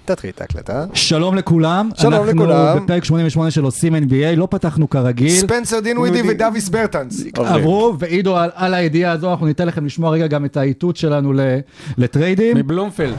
תתחיל את ההקלטה. שלום לכולם. שלום לכולם. אנחנו בפרק 88 של עושים NBA, לא פתחנו כרגיל. ספנסר דינווידי ודאביס ברטנס. עברו, ועידו על הידיעה הזו, אנחנו ניתן לכם לשמוע רגע גם את האיתות שלנו לטריידים. מבלומפלד.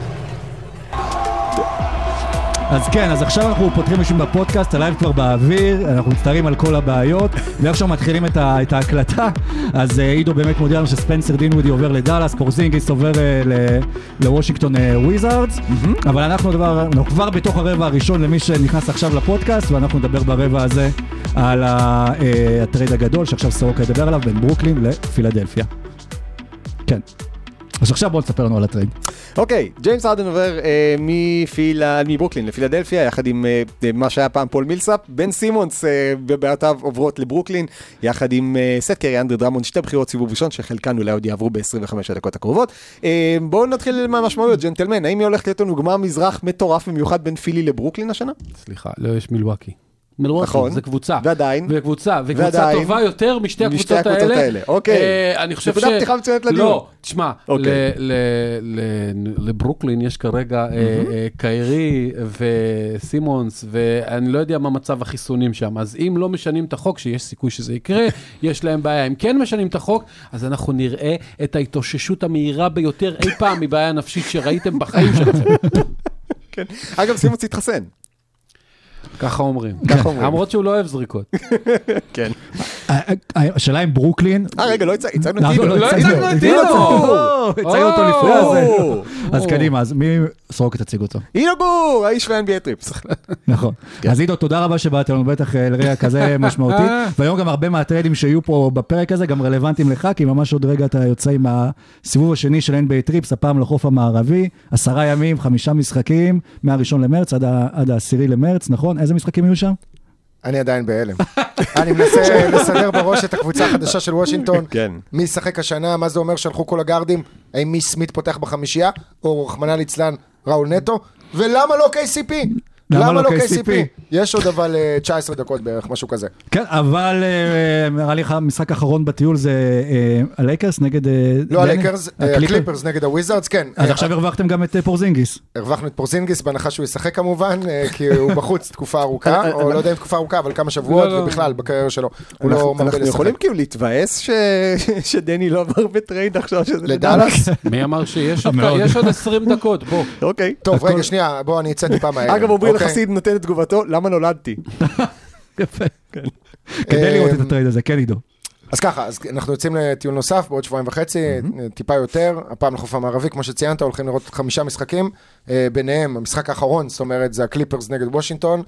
אז כן, אז עכשיו אנחנו פותחים משום בפודקאסט, הלייב כבר באוויר, אנחנו מצטערים על כל הבעיות, ועכשיו מתחילים את ההקלטה, אז עידו באמת מודיע לנו שספנסר דינווידי עובר לדלס, פורזינגיס עובר לוושינגטון וויזארדס, אבל אנחנו כבר בתוך הרבע הראשון למי שנכנס עכשיו לפודקאסט, ואנחנו נדבר ברבע הזה על הטרייד הגדול, שעכשיו סורוקה ידבר עליו, בין ברוקלין לפילדלפיה. כן. אז עכשיו בואו נספר לנו על הטרייד. אוקיי, ג'יימס הרדן עובר מברוקלין לפילדלפיה, יחד עם מה שהיה פעם פול מילסאפ, בן סימונס בבעיותיו עוברות לברוקלין, יחד עם סט קרי, אנדרי דרמונד, שתי בחירות סיבוב ראשון, שחלקן אולי עוד יעברו ב-25 הדקות הקרובות. בואו נתחיל מהמשמעויות, ג'נטלמן, האם היא הולכת להיות לנו גמר מזרח מטורף במיוחד בין פילי לברוקלין השנה? סליחה, לא, יש מילווקי. מילווקי, זה קבוצה. ועדיין. וקבוצה טובה יותר משתי הקבוצות האלה. אוקיי. אני חושב נקודה פתיחה מצוינת לדיון. לא, תשמע, לברוקלין יש כרגע קיירי וסימונס, ואני לא יודע מה מצב החיסונים שם, אז אם לא משנים את החוק, שיש סיכוי שזה יקרה, יש להם בעיה. אם כן משנים את החוק, אז אנחנו נראה את ההתאוששות המהירה ביותר אי פעם מבעיה נפשית שראיתם בחיים שלכם. אגב, סימונס התחסן. ככה אומרים. למרות שהוא לא אוהב זריקות. כן. השאלה עם ברוקלין... רגע, לא הצגנו את טינו. לא הצגנו את טינו. הצגנו אותו לפני הזה. אז קדימה, אז מי סורוקה תציג אותו? אינו גור, האיש ב-NBA טריפס. נכון. אז עידו, תודה רבה שבאת לנו בטח לרגע כזה משמעותי. והיום גם הרבה מהטריידים שיהיו פה בפרק הזה, גם רלוונטיים לך, כי ממש עוד רגע אתה יוצא עם הסיבוב השני של NBA טריפס, הפעם לחוף המערבי, 10 ימים, 5 משחקים, מה-1 למרץ עד ה-10 למרץ, נכון? איזה משחקים יהיו שם? אני עדיין בהלם. אני מנסה לסדר בראש את הקבוצה החדשה של וושינגטון. מי ישחק השנה, מה זה אומר שהלכו כל הגארדים? האם מי סמית פותח בחמישייה? או רחמנא ליצלן ראול נטו? ולמה לא KCP? למה לא KCP? יש עוד אבל 19 דקות בערך, משהו כזה. כן, אבל נראה לי המשחק האחרון בטיול זה הלייקרס נגד... לא הלייקרס, הקליפרס נגד הוויזארדס, כן. אז עכשיו הרווחתם גם את פורזינגיס. הרווחנו את פורזינגיס, בהנחה שהוא ישחק כמובן, כי הוא בחוץ תקופה ארוכה, או לא יודע אם תקופה ארוכה, אבל כמה שבועות, ובכלל, בקריירה שלו. אנחנו יכולים כאילו להתבאס שדני לא עבר בטרייד עכשיו שזה לדלס? מי אמר שיש עוד 20 דקות, בוא. אוקיי. טוב, רגע, שנייה, בוא, אני אצא טיפה מהר. אגב, אומרים לחסיד נותן את תגובתו, למה נולדתי? יפה. כדי לראות את הטרייד הזה, כן עידו. אז ככה, אז אנחנו יוצאים לטיול נוסף בעוד 2.5 טיפה יותר, הפעם לחוף המערבי, כמו שציינת, הולכים לראות 5 משחקים, ביניהם, המשחק האחרון, זאת אומרת, זה הקליפרס נגד וושינגטון,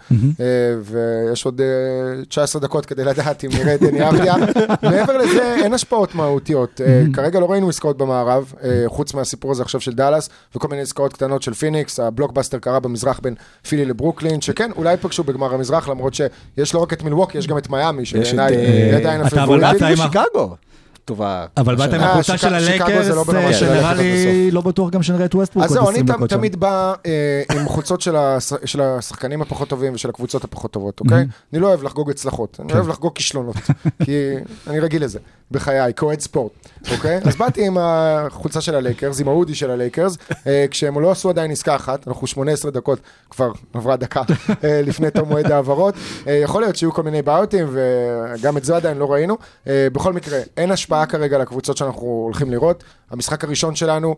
ויש עוד 19 דקות כדי לדעת אם נראה את דני אבדיה. מעבר לזה, אין השפעות מהותיות. כרגע לא ראינו עסקאות במערב, חוץ מהסיפור הזה עכשיו של דלס, וכל מיני עסקאות קטנות של פיניקס, הבלוקבאסטר קרה במזרח בין פילי לברוקלין, שכן, אולי פגשו בגמר המזרח, למרות שיש לא רק את מילווקי, יש גם את מיאמי, שבעיניי עדיין שיקגו. טובה. אבל באת עם החולצה של הלייקרס, שנראה לי לא בטוח גם שנראה את ווסטברוק. אז זהו, אני תמיד בא עם חולצות של השחקנים הפחות טובים ושל הקבוצות הפחות טובות, אוקיי? אני לא אוהב לחגוג הצלחות, אני אוהב לחגוג כישלונות, כי אני רגיל לזה, בחיי, כועד ספורט, אוקיי? אז באתי עם החולצה של הלייקרס, עם ההודי של הלייקרס, כשהם לא עשו עדיין עסקה אחת, אנחנו 18 דקות, כבר עברה דקה לפני תום מועד העברות, יכול להיות שיהיו כל מיני בעיותים, וגם את זה עדיין לא ראינו. בכל מקרה, אין השפעה כרגע לקבוצות שאנחנו הולכים לראות. המשחק הראשון שלנו,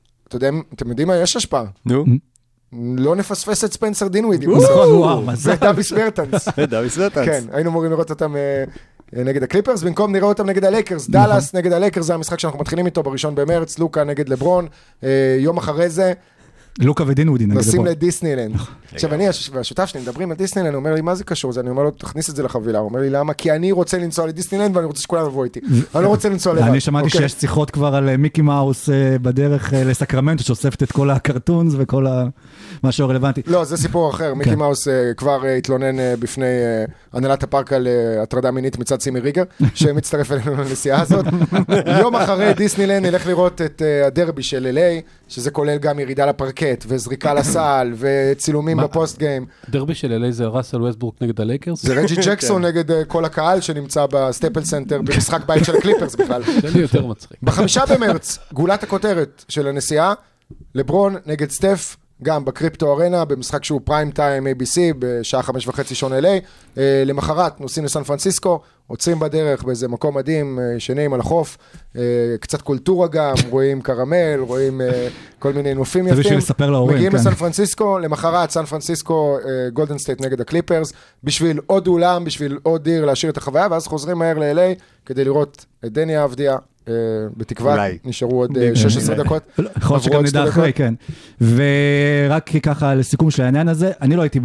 אתם יודעים מה? יש השפעה. נו. לא נפספס את ספנסר דינווידי. ודאביס ברטנס. כן, היינו אמורים לראות אותם נגד הקליפרס, במקום נראה אותם נגד הלייקרס. דלס נגד הלייקרס, זה המשחק שאנחנו מתחילים איתו ב1 במרץ, לוקה נגד לברון. יום אחרי זה, לוקה ודינווידי נגד נשים לדיסנילנד. עכשיו אני והשותף שלי מדברים על דיסנילנד, הוא אומר לי מה זה קשור? אני אומר לו תכניס את זה לחבילה, הוא אומר לי למה? כי אני רוצה לנסוע לדיסנילנד ואני רוצה שכולם יבואו איתי. אני לא רוצה לנסוע לבד. אני שמעתי שיש שיחות כבר על מיקי מאוס בדרך לסקרמנטו, שאוספת את כל הקרטונס וכל משהו רלוונטי. לא, זה סיפור אחר. מיקי מאוס כבר התלונן בפני הנהלת הפארק על הטרדה מינית מצד סימי ריגר, שמצטרף אלינו לנסיעה הזאת. יום אחרי דיסנילנד נלך לראות את הדרבי של LA, שזה כולל גם ירידה לפרקט וזריקה לסל וצילומים בפוסט גיים. דרבי של LA זה ראסל ווסטברוק נגד הלייקרס? זה רג'י ג'קסון נגד כל הקהל שנמצא בסטייפל סנטר במשחק בית של הקליפרס בכלל. זה לי יותר מצחיק. ב5 במרץ, גולת הכותרת של הנסיעה, לברון נגד סטף, גם בקריפטו ארנה, במשחק שהוא פריים טיים ABC, בשעה 5:30 שעון LA, למחרת נוסעים לסן פרנסיסקו, עוצרים בדרך באיזה מקום מדהים, שנים על החוף, קצת קולטורה גם, רואים קרמל, רואים כל מיני נופים יפים. זה בשביל לספר להורים, מגיעים כן. לסן פרנסיסקו, למחרת סן פרנסיסקו, גולדן סטייט נגד הקליפרס, בשביל עוד אולם, בשביל עוד דיר להשאיר את החוויה, ואז חוזרים מהר ל-LA כדי לראות את דני אבדיה, בתקווה, נשארו עוד 16 דקות. יכול להיות שגם נדע אחרי, כן. ורק ככה לסיכום של העניין הזה, אני לא הייתי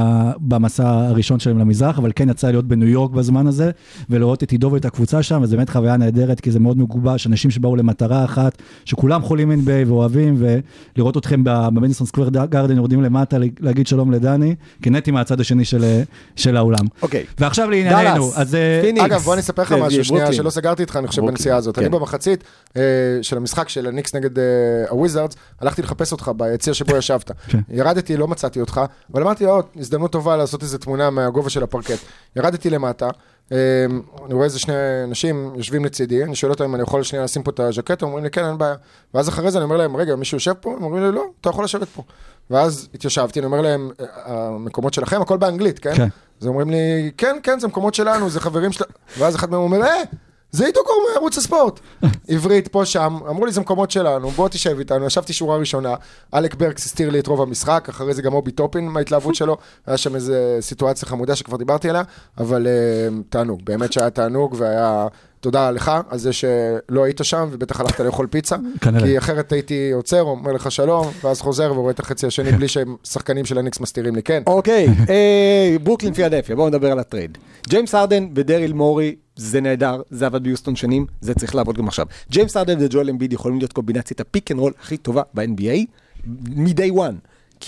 במסע הראשון שלהם למזרח, אבל כן יצא להיות בניו יורק בזמן הזה, ולראות את עידו ואת הקבוצה שם, וזו באמת חוויה נהדרת, כי זה מאוד מגובש, אנשים שבאו למטרה אחת, שכולם חולים NBA ואוהבים, ולראות אתכם במדיסון סקוור גארדן, יורדים למטה להגיד שלום לדני, כי נטי מהצד השני של האולם. ועכשיו לענייננו, אז... אגב, בוא נספר לך משהו שנייה, שלא סגרתי איתך, אני חושב בנסיעה הזאת. אני במחצית של המשחק של הניקס נגד הוויזארדס, הלכתי לחפש אותך ביציע שבו ישבת. ירדתי, לא מצאתי אותך, אבל אמרתי, הזדמנות טובה לעשות איזו תמונה מהגובה של הפרקט. ירדתי למטה, אני רואה איזה שני אנשים יושבים לצידי, אני שואל אותם אם אני יכול שנייה לשים פה את הז'קט, אומרים לי, כן, אין בעיה. ואז אחרי זה אני אומר להם, רגע, מישהו יושב פה? הם אומרים לי, לא, אתה יכול לשבת פה. ואז התיישבתי, אני אומר להם, המקומות שלכם, הכל באנגלית, כן? אז אומרים לי, כן, כן, זה מקומות שלנו, זה חברים של... ואז אחד מהם אומר, זה עידו קור מערוץ הספורט. עברית פה שם, אמרו לי זה מקומות שלנו, בוא תשב איתנו, ישבתי שורה ראשונה, אלק ברקס הסתיר לי את רוב המשחק, אחרי זה גם אובי טופין מההתלהבות שלו, היה שם איזו סיטואציה חמודה שכבר דיברתי עליה, אבל תענוג, באמת שהיה תענוג, והיה תודה לך על זה שלא היית שם, ובטח הלכת לאכול פיצה, כי אחרת הייתי עוצר, אומר לך שלום, ואז חוזר ורואה את החצי השני בלי שהם שחקנים של הניקס מסתירים לי, כן. אוקיי, ברוקלין פילדלפיה, בואו נדבר על הטרייד. ג'יימס הרדן ודריל מורי, זה נהדר, זה עבד ביוסטון שנים, זה צריך לעבוד גם עכשיו. ג'יימס הרדן וג'ואל אמביד יכולים להיות קומבינציית הפיק אנד רול הכי טובה ב-NBA, מ-day one.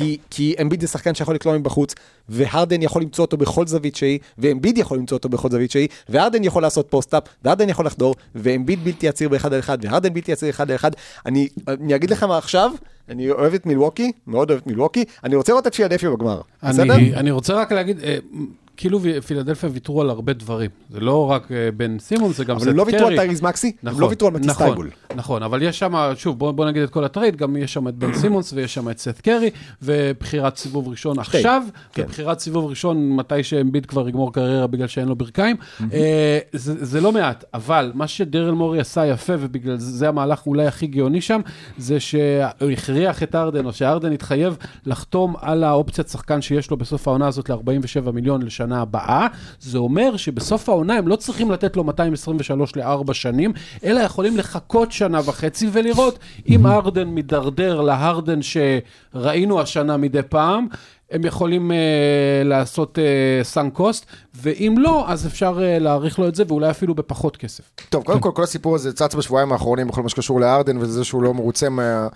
כי אמביד זה שחקן שיכול לקלוע מבחוץ, והרדן יכול למצוא אותו בכל זווית שהיא, ואמביד יכול למצוא אותו בכל זווית שהיא, והרדן יכול לעשות פוסט-אפ, והרדן יכול לחדור, ואמביד בלתי יציר ב-1-1, והרדן בלתי יציר 1-1. אני אגיד לך מה עכשיו, אני אוהב את מילווקי, מאוד אוהב את מילווקי, אני רוצה לראות את פילדלפיה בגמר. אני רוצה רק להגיד... כאילו פילדלפיה ויתרו על הרבה דברים. זה לא רק בן סימונס, זה גם סט קרי. אבל לא ויתרו על טייריז מקסי, הם לא ויתרו על מטיס טייבול. נכון, אבל יש שם, שוב, בוא נגיד את כל הטרייד, גם יש שם את בן סימונס, ויש שם את סט קרי, ובחירת סיבוב ראשון עכשיו, ובחירת סיבוב ראשון, מתי שאמביד כבר יגמור קריירה בגלל שאין לו ברכיים. זה לא מעט, אבל מה שדריל מורי עשה יפה, ובגלל זה המהלך אולי הכי גאוני שם, זה שהוא הכריח את ארדן, או שארדן התחייב לחתום על האופציית שחקן שיש לו בסוף העונה הזאת ל-47 מיליון לשנה הבאה. זה אומר שבסוף העונה הם לא צריכים לתת לו 223 ל4 שנים, אלא יכולים לחכות שנה וחצי ולראות אם ארדן מדרדר להרדן שראינו השנה מדי פעם, הם יכולים לעשות סאנק קוסט, ואם לא, אז אפשר להעריך לו את זה, ואולי אפילו בפחות כסף. טוב, קודם כל הסיפור הזה צץ בשבועיים האחרונים, בכל מה שקשור לארדן, וזה שהוא לא מרוצה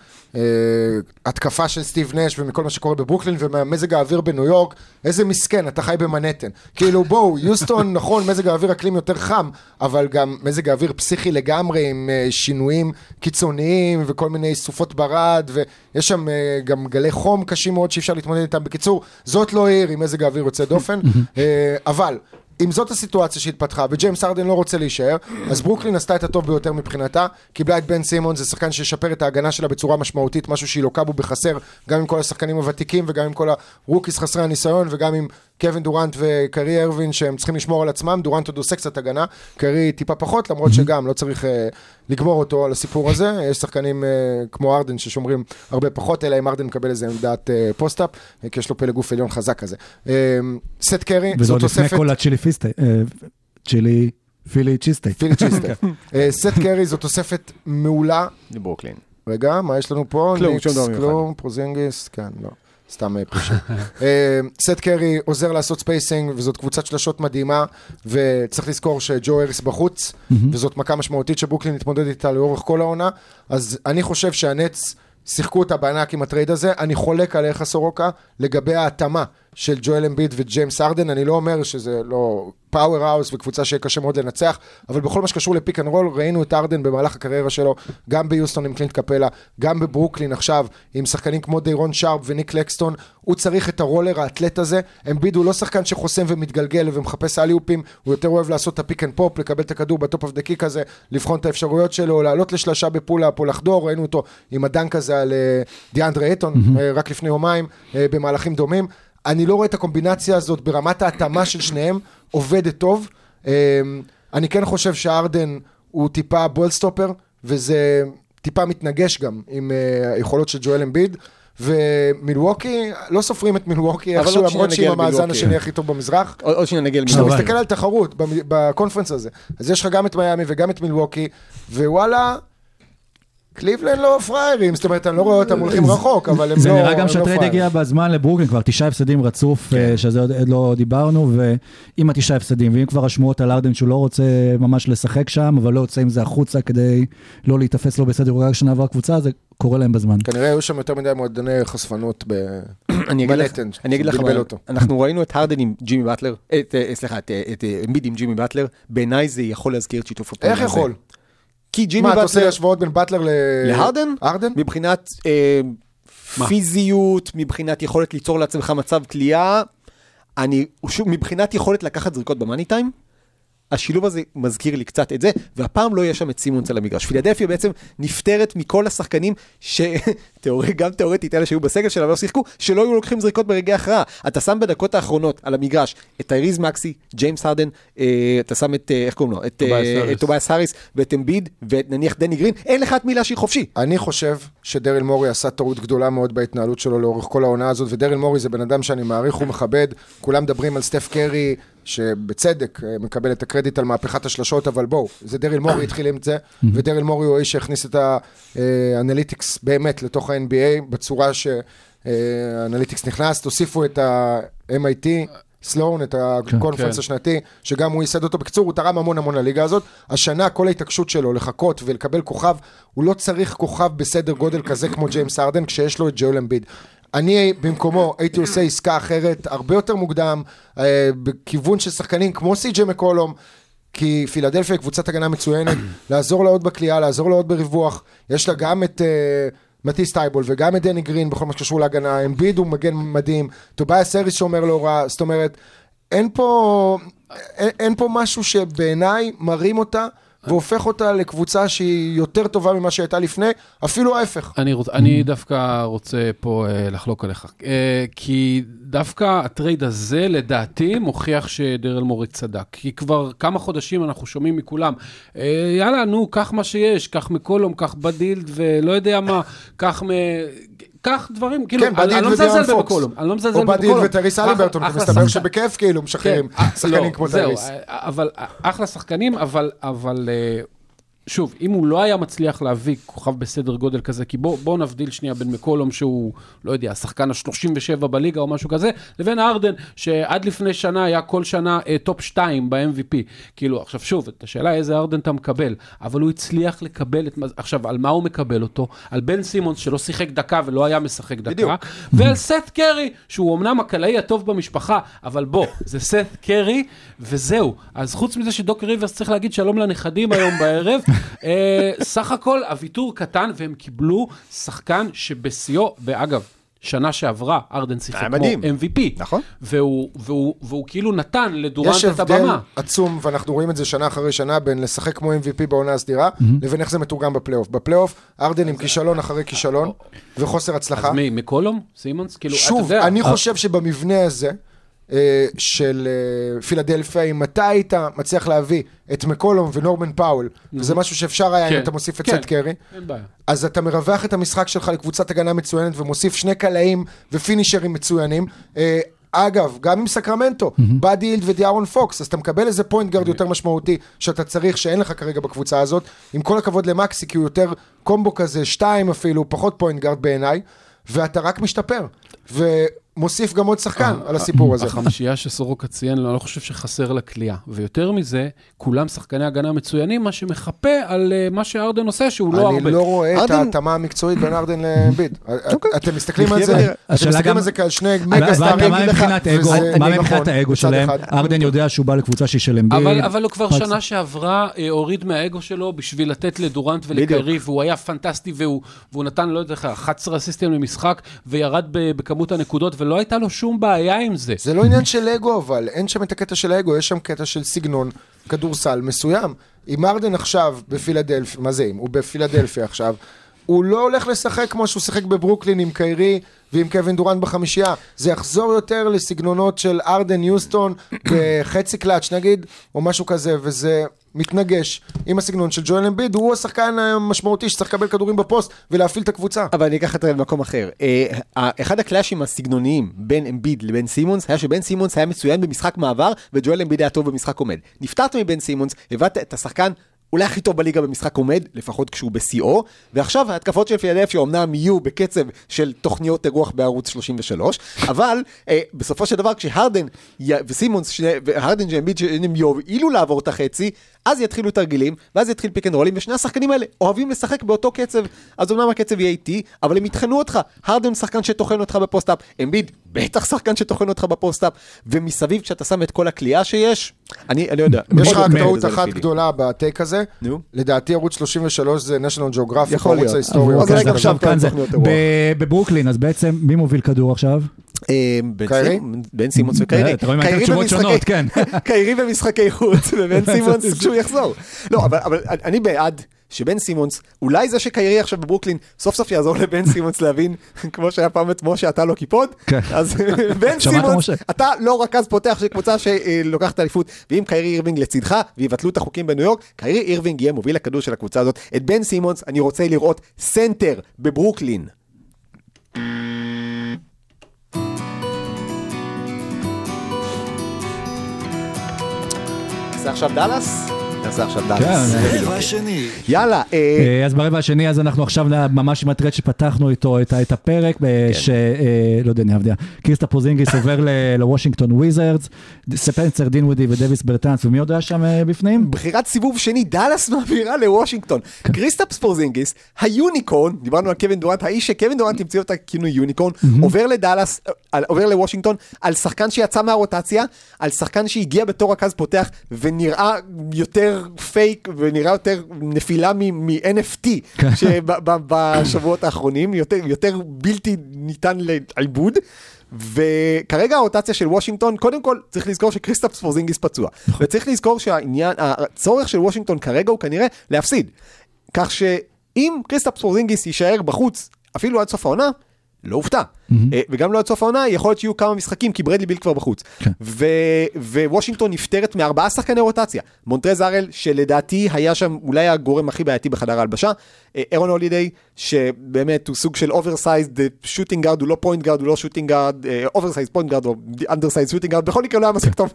מההתקפה של סטיב נש, ומכל מה שקורה בברוקלין, וממזג האוויר בניו יורק, איזה מסכן, אתה חי במנהטן. כאילו בואו, יוסטון, נכון, מזג האוויר אקלים יותר חם, אבל גם מזג האוויר פסיכי לגמרי, עם שינויים קיצוניים, וכל מיני סופות ברד, ויש שם גם גלי חום קשים מאוד, שאפשר להתמודד איתם. בקיצור, זאת לא עיר עם מזג האוויר יוצא דופן, אבל אם זאת הסיטואציה שהתפתחה, וג'יימס הרדן לא רוצה להישאר, אז ברוקלין עשתה את הטוב ביותר מבחינתה, קיבלה את בן סימונס, זה שחקן שישפר את ההגנה שלה בצורה משמעותית, משהו שהיא לוקה בו בחסר, גם עם כל השחקנים הוותיקים, וגם עם כל הרוקיס חסרי הניסיון, וגם עם קווין דורנט וקרי ארווין, שהם צריכים לשמור על עצמם. דורנט עוד עושה קצת הגנה, קרי טיפה פחות, למרות שגם לא צריך לגמור אותו על הסיפור הזה. יש שחקנים כמו ארדן ששומרים הרבה פחות, אלא אם ארדן מקבל איזה עמדת פוסט-אפ, כי יש לו פלא גוף עליון חזק כזה. סט קרי, זאת תוספת... לפני כל פילי צ'יסטי. סט קרי, זאת תוספת מעולה. לברוקלין. רגע, מה יש לנו פה? כלום, פרוזינגיס, כן, לא. סתם פרישה. סט קרי עוזר לעשות ספייסינג, וזאת קבוצת שלשות מדהימה, וצריך לזכור שג'ו אריס בחוץ, וזאת מכה משמעותית שברוקלין התמודד איתה לאורך כל העונה, אז אני חושב שהנץ שיחקו אותה בענק עם הטרייד הזה. אני חולק עליך סורוקה לגבי ההתאמה של ג'ואל אמביד וג'יימס ארדן, אני לא אומר שזה לא פאוור האוס וקבוצה שקשה מאוד לנצח, אבל בכל מה שקשור לפיק אנד רול, ראינו את ארדן במהלך הקריירה שלו, גם ביוסטון עם קלינט קפלה, גם בברוקלין עכשיו, עם שחקנים כמו דיירון שרפ וניק לקסטון, הוא צריך את הרולר, האתלט הזה, אמביד הוא לא שחקן שחוסם ומתגלגל ומחפש אליופים, הוא יותר אוהב לעשות את הפיק אנד פופ, לקבל את הכדור בטופ אוף דה קיק הזה, לבחון את האפשרויות שלו, לעלות לשלשה בפולאפ או לחדור, ראינו אותו עם הדנק הזה על דיאנדרה אייטון, רק לפני יומיים, במהלכים דומים. אני לא רואה את הקומבינציה הזאת ברמת ההתאמה של שניהם, עובדת טוב. אני כן חושב שארדן הוא טיפה בולסטופר, וזה טיפה מתנגש גם עם היכולות של ג'ואל אמביד, ומילווקי, לא סופרים את מילווקי איכשהו, למרות שהיא המאזן השני הכי טוב במזרח. עוד שנייה נגיע כשאתה מסתכל על תחרות בקונפרנס הזה, אז יש לך גם את מיאמי וגם את מילווקי, ווואלה, קליבלנד לא פריירים, זאת אומרת, אני לא רואה אותם הולכים רחוק, אבל הם לא פריירים. זה נראה גם שהטרייד הגיע בזמן לברוקלין, כבר 9 הפסדים רצוף, שזה עוד לא דיברנו, ועם 9 הפסדים, ואם כבר השמועות על ארדן שהוא לא רוצה ממש לשחק שם, אבל לא יוצא עם זה החוצה כדי לא להתאפס לו בסדר רק שנה עבר קבוצה, זה קורה להם בזמן. כנראה היו שם יותר מדי מועדוני חשפנות בלטן. אני אגיד לך, אנחנו ראינו את ארדן עם ג'ימי באטלר, סליחה, את אמביד עם ג'ימי באטלר, בעיניי זה יכול להזכיר את שיתוף הפעולה הזה. איך יכול? כי ג'ימי מה, באטלר... אתה עושה השוואות בין באטלר להרדן? ארדן? מבחינת פיזיות, מבחינת יכולת ליצור לעצמך מצב כלייה, מבחינת יכולת לקחת זריקות במאני טיים, השילוב הזה מזכיר לי קצת את זה, והפעם לא יהיה שם את סימונס על המגרש. פילדלפיה בעצם נפטרת מכל השחקנים גם תיאורטית אלה שהיו בסגל שלה ולא שיחקו, שלא היו לוקחים זריקות ברגעי הכרעה. אתה שם בדקות האחרונות על המגרש את טייריז מקסי, ג'יימס הרדן, אתה שם את, איך קוראים לו? את טובייס האריס ואת אמביד, ונניח דני גרין, אין לך את מי להשאיר חופשי. אני חושב שדריל מורי עשה טעות גדולה מאוד בהתנהלות שלו לאורך כל העונה הזאת, ודריל מורי זה בן אדם שאני מעריך ומכבד, כולם מדברים על סטף קרי, שבצדק מקבל את הקרדיט על מהפכת השלשות, אבל בואו, זה דריל מורי התחיל עם זה, ודריל מורי הוא האיש שהכניס את האנליטיקס באמת לתוך ה-NBA, בצורה שהאנליטיקס נכנס, תוסיפו את ה-MIT, סלון, את הקונפרנס השנתי, שגם הוא ייסד אותו. בקצור, הוא תרם המון לליגה הזאת. השנה, כל ההתעקשות שלו לחכות ולקבל כוכב, הוא לא צריך כוכב בסדר גודל כזה כמו ג'יימס ארדן, כשיש לו את ג'ואל אמביד. אני במקומו הייתי עושה עסקה אחרת, הרבה יותר מוקדם, בכיוון של שחקנים כמו סי.ג'יי מקולום, כי פילדלפיה היא קבוצת הגנה מצוינת, לעזור לה עוד בקליעה, לעזור לה עוד בריווח, יש לה גם את מטיס טייבול וגם את דני גרין בכל מה שקשור להגנה, אמביד הוא מגן מדהים, טובייס האריס שאומר לא רע, זאת אומרת, אין פה משהו שבעיניי מרים אותה, והופך אותה לקבוצה שהיא יותר טובה ממה שהייתה לפני, אפילו ההפך. אני דווקא רוצה פה לחלוק עליך, כי דווקא הטרייד הזה לדעתי מוכיח שדריל מורי צדק, כי כבר כמה חודשים אנחנו שומעים מכולם, יאללה, נו, קח מה שיש, קח מקולום, קח בדילד, ולא יודע מה, קח דברים, כאילו, אני לא מזלזל במקולום, אני לא מזלזל במקולום. או בדילד וטריס אליברטון, כי מסתבר שבכיף כאילו משחררים שחקנים כמו טריס. אבל אחלה שחקנים, אבל שוב, אם הוא לא היה מצליח להביא כוכב בסדר גודל כזה, כי בוא נבדיל שנייה בין מקולום שהוא, לא יודע, השחקן ה-37 בליגה או משהו כזה, לבין ארדן, שעד לפני שנה היה כל שנה טופ 2 ב-MVP. כאילו, עכשיו שוב, את השאלה איזה ארדן אתה מקבל, אבל הוא הצליח לקבל עכשיו, על מה הוא מקבל אותו? על בן סימונס שלא שיחק דקה ולא היה משחק דקה, בדיוק. ועל סט קרי, שהוא אמנם הקלעי הטוב במשפחה, אבל בוא, זה סט קרי, וזהו. אז חוץ מזה שדוק ריברס צריך להגיד שלום לנכדים היום בערב, סך הכל הוויתור קטן, והם קיבלו שחקן שבסיו, ואגב, שנה שעברה, ארדן שיחק כמו MVP, נכון. והוא כאילו נתן לדורנט את הבמה. יש הבדל עצום, ואנחנו רואים את זה שנה אחרי שנה, בין לשחק כמו MVP בעונה הסדירה, לבין איך זה מתורגם בפלייאוף. בפלייאוף, ארדן עם כישלון אחרי כישלון, וחוסר הצלחה. אז מי, מקולום? סימונס? שוב, אני חושב שבמבנה הזה, של פילדלפיה, אם אתה היית מצליח להביא את מקולום ונורמן פאול, וזה משהו שאפשר היה אם אתה מוסיף את סט קרי, אז אתה מרווח את המשחק שלך לקבוצת הגנה מצוינת, ומוסיף שני קלעים ופינישרים מצוינים. אגב, גם עם סקרמנטו, בדילד ודיארון פוקס, אז אתה מקבל איזה פוינט גארד יותר משמעותי שאתה צריך, שאין לך כרגע בקבוצה הזאת, עם כל הכבוד למקסי, כי הוא יותר קומבו כזה, 2 אפילו, פחות פוינט גארד בעיניי, ואתה רק משתפר. מוסיף גם עוד שחקן על הסיפור הזה. החמישייה שסורוקה ציין, אני לא חושב שחסר לקליעה. ויותר מזה, כולם שחקני הגנה מצוינים, מה שמחפה על מה שארדן עושה, שהוא לא הרבה. אני לא רואה את ההתאמה המקצועית בין ארדן לאמביד. אתם מסתכלים על זה, כעל שני מגה סטארים. מה מבחינת האגו שלהם? ארדן יודע שהוא בא לקבוצה שהיא של אמביד. אבל הוא כבר שנה שעברה, הוריד מהאגו שלו בשביל לתת לדורנט ולקיירי, והוא היה פנטסטי, והוא נתן, לא יודע, 11 אסיסטים למשחק, וירד בכמות הנקודות, ולא הייתה לו שום בעיה עם זה. זה לא עניין של אגו, אבל אין שם את הקטע של האגו, יש שם קטע של סגנון כדורסל מסוים. אם ארדן עכשיו בפילדלפיה, מה זה אם? הוא בפילדלפיה עכשיו, הוא לא הולך לשחק כמו שהוא שחק בברוקלין עם קיירי ועם קווין דורנט בחמישייה. זה יחזור יותר לסגנונות של ארדן יוסטון בחצי קלאץ' נגיד, או משהו כזה, וזה מתנגש עם הסגנון של ג'ואל אמביד. הוא השחקן המשמעותי שצריך לקבל כדורים בפוסט ולהפעיל את הקבוצה. אבל אני אקח את זה למקום אחר. אחד הקלאשים הסגנוניים בין אמביד לבין סימונס היה שבן סימונס היה מצוין במשחק מעבר וג'ואל אמביד היה טוב במשחק עומד. נפטרת מבן סימונס, הבאת את השחקן אולי הכי טוב בליגה במשחק עומד, לפחות כשהוא ב-CO, ועכשיו ההתקפות של פילדלפיה אומנם יהיו בקצב של תוכניות אירוח בערוץ 33, אבל בסופו של דבר כשהרדן וסימונס, והרדן ואמביד שהם יובילו לעבור את החצי, אז יתחילו תרגילים, ואז יתחיל פיק אנד רולים, ושני השחקנים האלה אוהבים לשחק באותו קצב, אז אומנם הקצב יהיה איטי, אבל הם יתחנו אותך. הרדן שחקן שתוכן אותך בפוסט-אפ, אמביד בטח שחקן שתוכן אותך בפוסט-אפ, ומסביב כשאתה שם את כל הקליעה שיש, אני לא יודע. יש לך טעות אחת גדולה בטייק הזה, לדעתי ערוץ 33 זה national geographic, ערוץ ההיסטוריה. בברוקלין, אז בעצם מי מוביל כדור עכשיו? בן סימונס וקיירי. אתה רואה מהייתם תשובות שונות, כן. קיירי במשחקי חוץ, ובן סימונס כשהוא יחזור. לא, אבל אני בעד שבן סימונס, אולי זה שקיירי עכשיו בברוקלין, סוף סוף יעזור לבן סימונס להבין, כמו שהיה פעם את משה, אתה לא קיפוד, אז בן סימונס, אתה לא רכז פותח של קבוצה שלוקחת אליפות, ואם קיירי אירווינג לצדך, ויבטלו את החוקים בניו יורק, קיירי אירווינג יהיה מוביל הכדור של הקבוצה הזאת. את בן סימונס אני רוצה לראות סנטר בברוקלין. נעשה עכשיו דלס? נעשה עכשיו דלס. ברבע השני. יאללה. אז ברבע השני, אז אנחנו עכשיו ממש עם הטרד שפתחנו איתו את הפרק, לא יודע, נעבדיה. קריסטאפ פורזינגיס עובר לוושינגטון וויזרדס, ספנסר דינווידי ודוויס ברטנס, ומי עוד היה שם בפנים? בחירת סיבוב שני, דלס מעבירה לוושינגטון. קריסטאפ פורזינגיס, היוניקורן, דיברנו על קווין דורנט, האיש שקווין דורנט המציאו את הכינוי יוניקורן, עובר לדלס, עובר לוושינגטון, על שחקן שיצא מהרוטציה, על שחקן שהגיע בתור רכז פותח, ונראה יותר פייק, ונראה יותר נפילה מ-NFT, שבשבועות האחרונים, יותר בלתי ניתן לעיבוד, וכרגע הרוטציה של וושינגטון, קודם כל צריך לזכור שקריסטאפ פורזינגיס פצוע, וצריך לזכור שהעניין, הצורך של וושינגטון כרגע הוא כנראה להפסיד, כך שאם קריסטאפ פורזינגיס יישאר בחוץ, אפילו עד סוף העונה, לא הופתע. וגם לא עד סוף העונה, יכול להיות שיהיו כמה משחקים, כי ברדלי ביל כבר בחוץ. ווושינגטון נפטרת מ4 שחקני רוטציה. מונטרז ארל, שלדעתי היה שם אולי הגורם הכי בעייתי בחדר ההלבשה. אירון הולידיי, שבאמת הוא סוג של אוברסייזד שוטינג גארד, הוא לא פוינט גארד, הוא לא שוטינג גארד, אוברסייזד פוינט גארד, או אנדרסייזד שוטינג גארד, בכל מקרה לא היה מספיק טוב.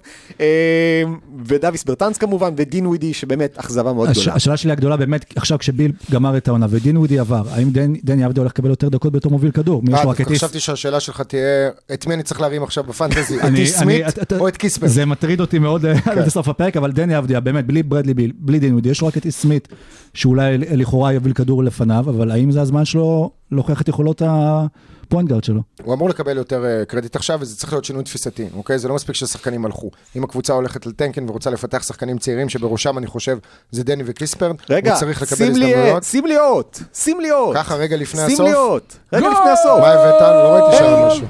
ודוויס ברטנס כמובן, ודין ווידי, שבאמת אכזבה מאוד גדולה. השאלה שלי הגדולה באמת, עכשיו כשביל גמר את העונה, ודין ווידי עבר, האם דני עבדי הולך לקבל יותר דקות בתור מוביל כדור? חשבתי שהשאלה שלך תהיה, את מי אני צריך להרים עכשיו בפנטזי? את איש סמית או את קיספר? זה מטריד אותי מאוד עד לסוף הפרק, אבל דני עבדיה, באמת, בלי ברדלי ביל, בלי דין ווידי, יש רק את איש סמית, שאולי לכאורה יוביל כדור לפניו, אבל האם זה הזמן שלו להוכיח את יכולות הפוינט גארד שלו? הוא אמור לקבל יותר קרדיט עכשיו, וזה צריך להיות שינוי תפיסתי, אוקיי? זה לא מספיק ששחקנים הלכו. אם הקבוצה הולכת לטנקן ורוצה לפתח שחקנים צעירים, שבראשם אני חושב זה דני וקיספר, רגע, שים לי אות. ככה רגע לפני הסוף. שים לי אות. רגע לפני הסוף. מה הבאת? לא ראיתי שם משהו.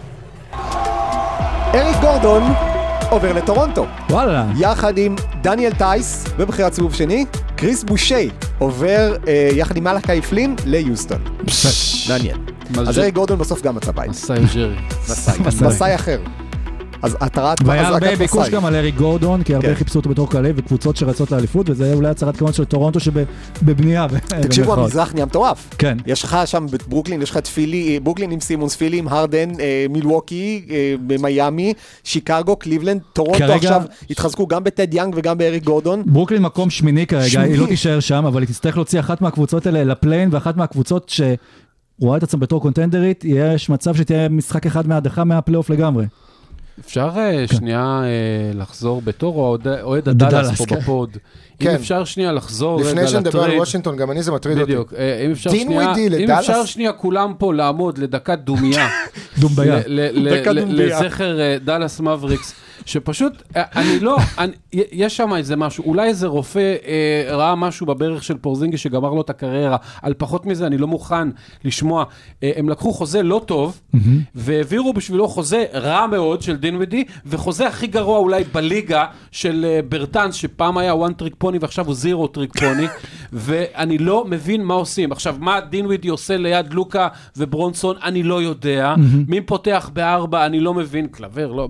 אריק גורדון עובר לטורונטו. וואלה. יחד עם דניאל טייס, בבחירת סיבוב שני, קריס בושי עובר יחד עם מלאקי פלין ליוסטון. מעניין. אז אריק גורדון בסוף גם מצא בית. מסאי ג'רי. מסאי אחר. אז התרת... והיה הרבה ביקוש גם על אריק גורדון, כי הרבה חיפשו אותו בתור קלה, וקבוצות שרצות לאליפות, וזה אולי הצהרת כמובן של טורונטו שבבנייה. תקשיבו, המזרח נהיה מטורף. כן. יש לך שם בברוקלין, יש לך את פילי, ברוקלין עם סימונס, פילי עם הרדן, מילווקי, במיימי, שיקגו, קליבלנד, טורונטו עכשיו התחזקו גם בטד יאנג וגם באריק גורדון. ברוקלין מקום שמיני כרגע, היא לא תישאר שם, אבל היא תצטרך להוציא אחת מהקבוצות האלה לפליין, ואחת מהקבוצות רואה את עצמם בתור קונטנדרית, יש מצב שתהיה משחק אחד מההדחה מהפלייאוף לגמרי. אפשר שנייה לחזור בתור אוהד הדלס פה בפוד. אם אפשר שנייה לחזור רגע לטרייד. לפני שנדבר על וושינגטון, גם אני זה מטריד אותי. בדיוק. אם אפשר שנייה כולם פה לעמוד לדקת דומיה. דומביה. לזכר דלס מבריקס. שפשוט, אני לא, יש שם איזה משהו, אולי איזה רופא ראה משהו בברך של פורזינגיס שגמר לו את הקריירה, על פחות מזה אני לא מוכן לשמוע, הם לקחו חוזה לא טוב, והעבירו בשבילו חוזה רע מאוד של דינווידי, וחוזה הכי גרוע אולי בליגה של ברטנס, שפעם היה one trick pony ועכשיו הוא zero trick pony, ואני לא מבין מה עושים. עכשיו, מה דינווידי עושה ליד לוקה וברונסון, אני לא יודע, מי פותח בארבע, אני לא מבין, קלבר, לא,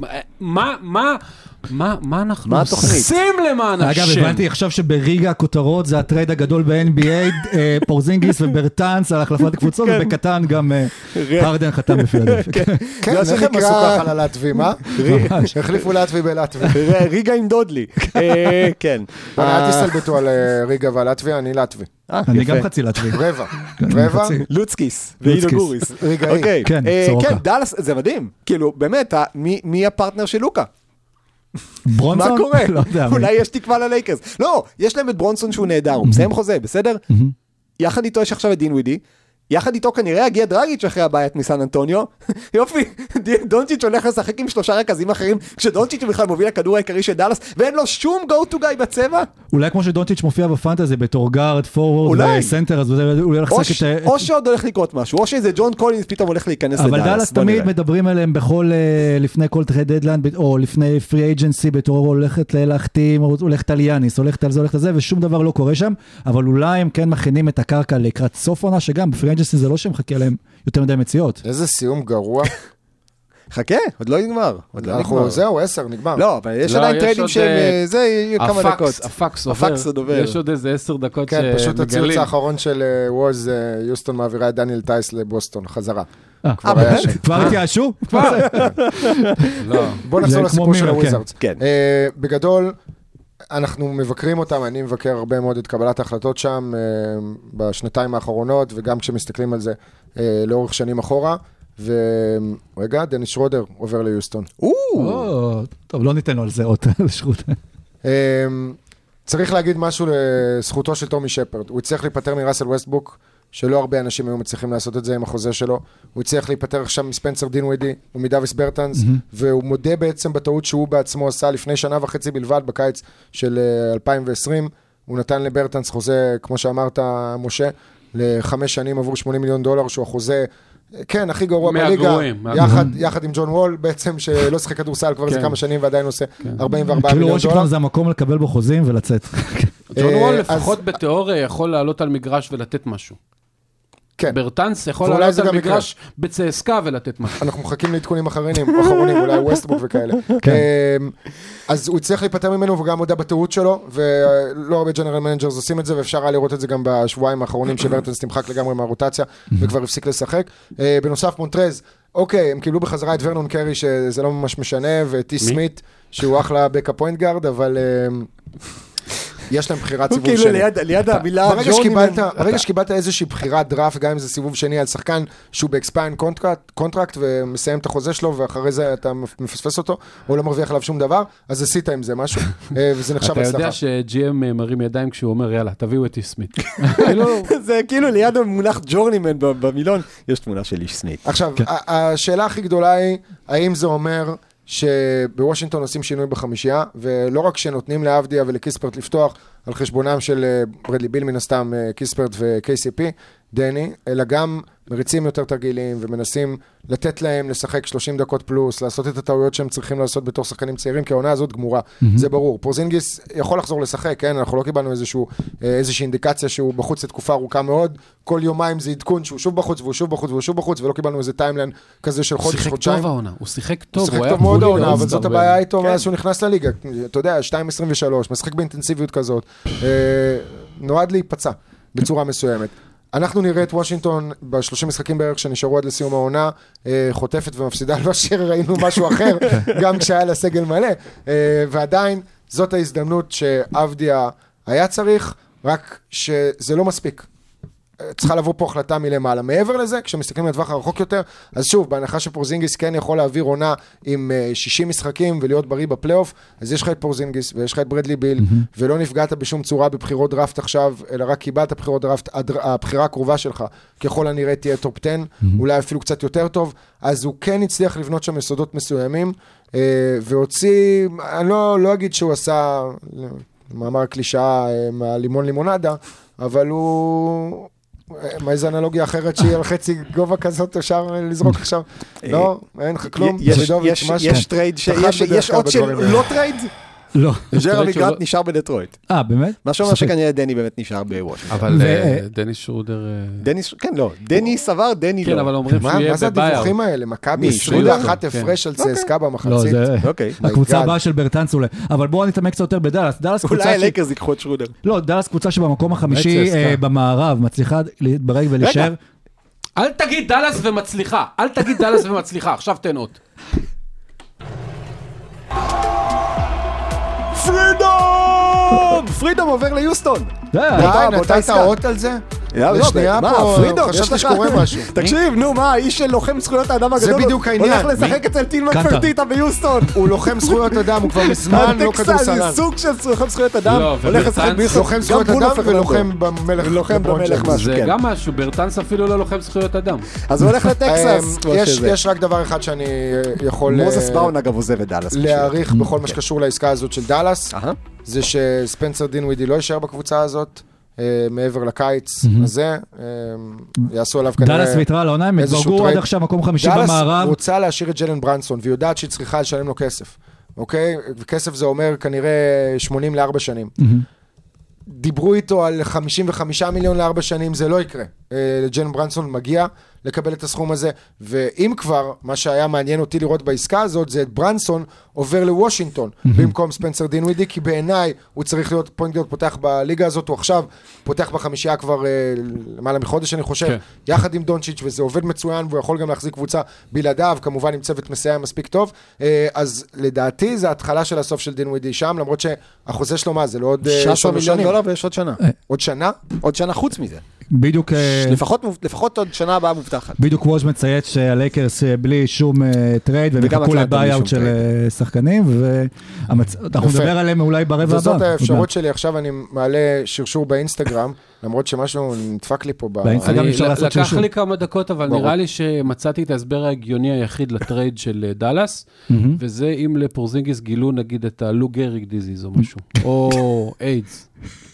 מה אנחנו עושים למען השם? אגב, הבנתי עכשיו שבריגה הכותרות זה הטרייד הגדול ב-NBA, פורזינגיס וברטנס על החלפת קבוצות, ובקטן גם הרדן חתם בפילדלפיה. כן, איך הם עשו ככה על הלטבי, מה? החליפו לטבי בלטבי. ריגה עם דודלי. כן. אל תסתלבטו על ריגה והלטבי, אני לטבי. אני גם חצי לטבי. רבע. לוצקיס ואידו גוריס. ריגאי. כן, כן, דלס, זה מדהים. כאילו, באמת, מי הפרטנר של לוקה? ברונסון? מה קורה? לא יודע. אולי יש תקווה ללייקרס. לא, יש להם את ברונסון שהוא נהדר, הוא מסיים חוזה, בסדר? יחד איתו יש עכשיו את דינווידי, יחד איתו כנראה הגיע דרגיץ' אחרי הבעיית מסן אנטוניו. יופי, דונצ'יץ' הולך לשחק עם 3 רכזים אחרים, כשדונצ'יץ' בכלל מוביל הכדור העיקרי של דלס, ואין לו שום go to guy בצבע. אולי כמו שדונצ'יץ' מופיע בפנטזי בתור גארד, פורוורד וסנטר, אז הוא הולך לשחק את... או שעוד הולך לקרות משהו, או שאיזה ג'ון קולינס פתאום הולך להיכנס לדלס. אבל דלס תמיד מדברים עליהם לפני כל טרייד דדליין, או לפני פרי אייג'נסי, בתור הולכת להחתים, הולכת על יאניס, הולכת על זה, הולכת על זה, ושום דבר לא קורה שם, אבל אולי הם כן מכינים את הקרקע לקראת סוף עונה, שגם בפרי אייג'נסי זה לא שמחכה להם יותר מדי מציאות. איזה סיום גרוע. חכה, עוד לא נגמר. זהו, 10, נגמר. לא, אבל יש עדיין טריידים שהם, זה יהיו כמה דקות. הפקס עוד עובר. יש עוד איזה 10 דקות שמגלים. כן, פשוט הציוץ האחרון של ווז, יוסטון מעבירה את דניאל טייס לבוסטון, חזרה. כבר התייאשו? בוא נחזור לסיפור של הוויזארדס. בגדול, אנחנו מבקרים אותם, אני מבקר הרבה מאוד את קבלת ההחלטות שם בשנתיים האחרונות, וגם כשמסתכלים על זה לאורך שנים אחורה, ורגע, דניס שרודר עובר ליוסטון. טוב, לא ניתן לו על זה עוד לשרודר. צריך להגיד משהו לזכותו של טומי שפרד. הוא הצליח להיפטר מראסל ווסטבוק, שלא הרבה אנשים היו מצליחים לעשות את זה עם החוזה שלו. הוא הצליח להיפטר עכשיו מספנסר דינווידי ומדוויס ברטנס, והוא מודה בעצם בטעות שהוא בעצמו עשה לפני 1.5 שנה בלבד, בקיץ של 2020. הוא נתן לברטנס חוזה, כמו שאמרת, משה, ל5 שנים עבור $80 מיליון, שהוא החוזה, כן, הכי גרוע בליגה, יחד עם ג'ון וול, בעצם שלא שחק כדורסל כבר איזה כמה שנים, ועדיין עושה $44 מיליון. כאילו וושינגטון זה המקום לקבל בו חוזים ולצאת. ג'ון וול לפחות בתיאוריה יכול לעלות על מגרש ולתת משהו. ברטנס יכול לעלות על מגרש בצסקה ולתת משהו. אנחנו מחכים לעדכונים אחרונים, אולי ווסטבוק וכאלה. אז הוא הצליח להיפטר ממנו וגם הודע בטעות שלו, ולא הרבה ג'נרל מנג'רס עושים את זה, ואפשר היה לראות את זה גם בשבועיים האחרונים שברטנס נמחק לגמרי מהרוטציה, וכבר הפסיק לשחק. בנוסף מונטרז, אוקיי, הם קיבלו בחזרה את ורנון קרי, שזה לא ממש משנה, וטי סמית, שהוא אחלה בקה פוינט גארד, אבל יש להם בחירת סיבוב שני. ליד המילה ברגע שקיבלת איזושהי בחירת דראפט, גם אם זה סיבוב שני על שחקן שהוא באקספיין קונטרקט ומסיים את החוזה שלו, ואחרי זה אתה מפספס אותו, או לא מרוויח עליו שום דבר, אז עשית עם זה משהו, וזה נחשב הצלחה. אתה יודע ש-GM מרים ידיים כשהוא אומר, יאללה, תביאו את סמית. זה כאילו ליד המונח ג'ורנימן במילון, יש תמונה של איש סמית. עכשיו, השאלה הכי גדולה היא, האם זה אומר שבוושינגטון עושים שינוי בחמישייה, ולא רק שנותנים לאבדיה ולקיספרט לפתוח על חשבונם של ברדלי ביל מן הסתם, קיספרט ו-KCP, דני, אלא גם מריצים יותר תרגילים ומנסים לתת להם לשחק 30 דקות פלוס, לעשות את הטעויות שהם צריכים לעשות בתור שחקנים צעירים, כי העונה הזאת גמורה, זה ברור. פורזינגיס יכול לחזור לשחק, כן? אנחנו לא קיבלנו איזושהי אינדיקציה שהוא בחוץ לתקופה ארוכה מאוד, כל יומיים זה עדכון שהוא שוב בחוץ והוא שוב בחוץ והוא שוב בחוץ, ולא קיבלנו איזה טיימליין כזה של חודש, חודשיים. הוא שיחק טוב, הוא שיחק טוב מאוד העונה, אבל זאת הבעיה איתו מאז שהוא נכנס לליגה. אתה יודע, 2.23, משחק באינטנסיביות כזאת, נועד להיפצע בצורה מסוימת. אנחנו נראה את וושינגטון ב30 משחקים בערך שנשארו עד לסיום העונה, חוטפת ומפסידה, לא שראינו משהו אחר, גם כשהיה לה סגל מלא, ועדיין זאת ההזדמנות שאבדיה היה צריך, רק שזה לא מספיק. צריכה לבוא פה החלטה מלמעלה. מעבר לזה, כשמסתכלים לטווח הרחוק יותר, אז שוב, בהנחה שפורזינגיס כן יכול להעביר עונה עם 60 משחקים ולהיות בריא בפלייאוף, אז יש לך את פורזינגיס ויש לך את ברדלי ביל, ולא נפגעת בשום צורה בבחירות דראפט עכשיו, אלא רק קיבלת בחירות דראפט, הבחירה הקרובה שלך, ככל הנראה תהיה טופ 10, אולי אפילו קצת יותר טוב, אז הוא כן הצליח לבנות שם יסודות מסוימים, והוציא, אני לא אגיד שהוא עשה, מאמר קלישאה מהלימון לימונדה, אבל הוא... מה איזו אנלוגיה אחרת שהיא על חצי גובה כזאת אפשר לזרוק עכשיו? לא, אין לך כלום. יש טרייד, יש עוד של לא טרייד? לא. ג'רמי גרנט נשאר בדטרויט. באמת? מה שאומר שכנראה דני באמת נשאר בוושינגטון. אבל דניס שרודר... כן, לא. דני סבר, דני לא. כן, אבל אומרים שהוא יהיה מה זה הדיווחים האלה? מכבי 21 הפרש על צסקה במחצית. הקבוצה הבאה של ברטנס אולי. אבל בואו נתעמק קצת יותר בדלס. אולי הלייקרס ייקחו את שרודר. לא, דלס קבוצה שבמקום החמישי במערב מצליחה להתברג ולהישאר. אל תגיד דלס ומצליחה. אל תגיד דלס ומצליחה. עכשיו תן עוד. פרידום עובר ליוסטון. די, נתת אות על זה? לשנייה פה, חשבתי שקורה משהו. תקשיב, נו מה, האיש של לוחם זכויות האדם הגדול. זה בדיוק העניין. הולך לשחק אצל טילמן פרטיטה ביוסטון. הוא לוחם זכויות אדם, הוא כבר מזמן לא כדורסלן. זה סוג של לוחם זכויות אדם. הולך לשחק ביוסטון. לוחם זכויות אדם ולוחם במלך. לוחם במלך משהו, זה גם משהו, ברטנס אפילו לא לוחם זכויות אדם. אז הוא הולך לטקסס. יש רק דבר אחד שאני יכול... מוזס בראון אגב עוזב את דלס. להעריך בכל מה שקשור לעסקה הזאת של דלס. זה שספנסר דינווידי לא יישאר בקבוצה הזאת. מעבר לקיץ הזה, יעשו עליו כנראה... דלס ויתרה על העונה, הם התברגו עד עכשיו מקום חמישי במערב. דלס רוצה להשאיר את ג'לן ברנסון, והיא יודעת שהיא צריכה לשלם לו כסף, אוקיי? וכסף זה אומר כנראה 80 ל4 שנים. דיברו איתו על 55 מיליון ל4 שנים, זה לא יקרה. ג'לן ברנסון מגיע לקבל את הסכום הזה, ואם כבר, מה שהיה מעניין אותי לראות בעסקה הזאת, זה את ברנסון עובר לוושינגטון, במקום ספנסר דינווידי, כי בעיניי הוא צריך להיות פוינט גארד פותח בליגה הזאת, הוא עכשיו פותח בחמישייה כבר למעלה מחודש, אני חושב, יחד עם דונצ'יץ', וזה עובד מצוין, והוא יכול גם להחזיק קבוצה בלעדיו, כמובן עם צוות מסייע מספיק טוב, אז לדעתי זה ההתחלה של הסוף של דינווידי שם, למרות שהחוזה שלו מה, זה לא עוד 16 מיליון דולר ויש עוד שנה. עוד שנה? עוד שנה חוץ מזה. בדיוק... לפחות עוד שנה הבאה מובטחת. בדיוק ווז' מצייץ שהלייקרס בלי שום טרייד, והם יחכו לבאי-אאוט של שחקנים, ואנחנו נדבר עליהם אולי ברבע הבא. וזאת האפשרות שלי, עכשיו אני מעלה שרשור באינסטגרם, למרות שמשהו נדפק לי פה באינסטגרם אפשר לעשות שרשור. לקח לי כמה דקות, אבל נראה לי שמצאתי את ההסבר ההגיוני היחיד לטרייד של דלס, וזה אם לפורזינגיס גילו נגיד את הלו גריג דיזיז או משהו, או איידס.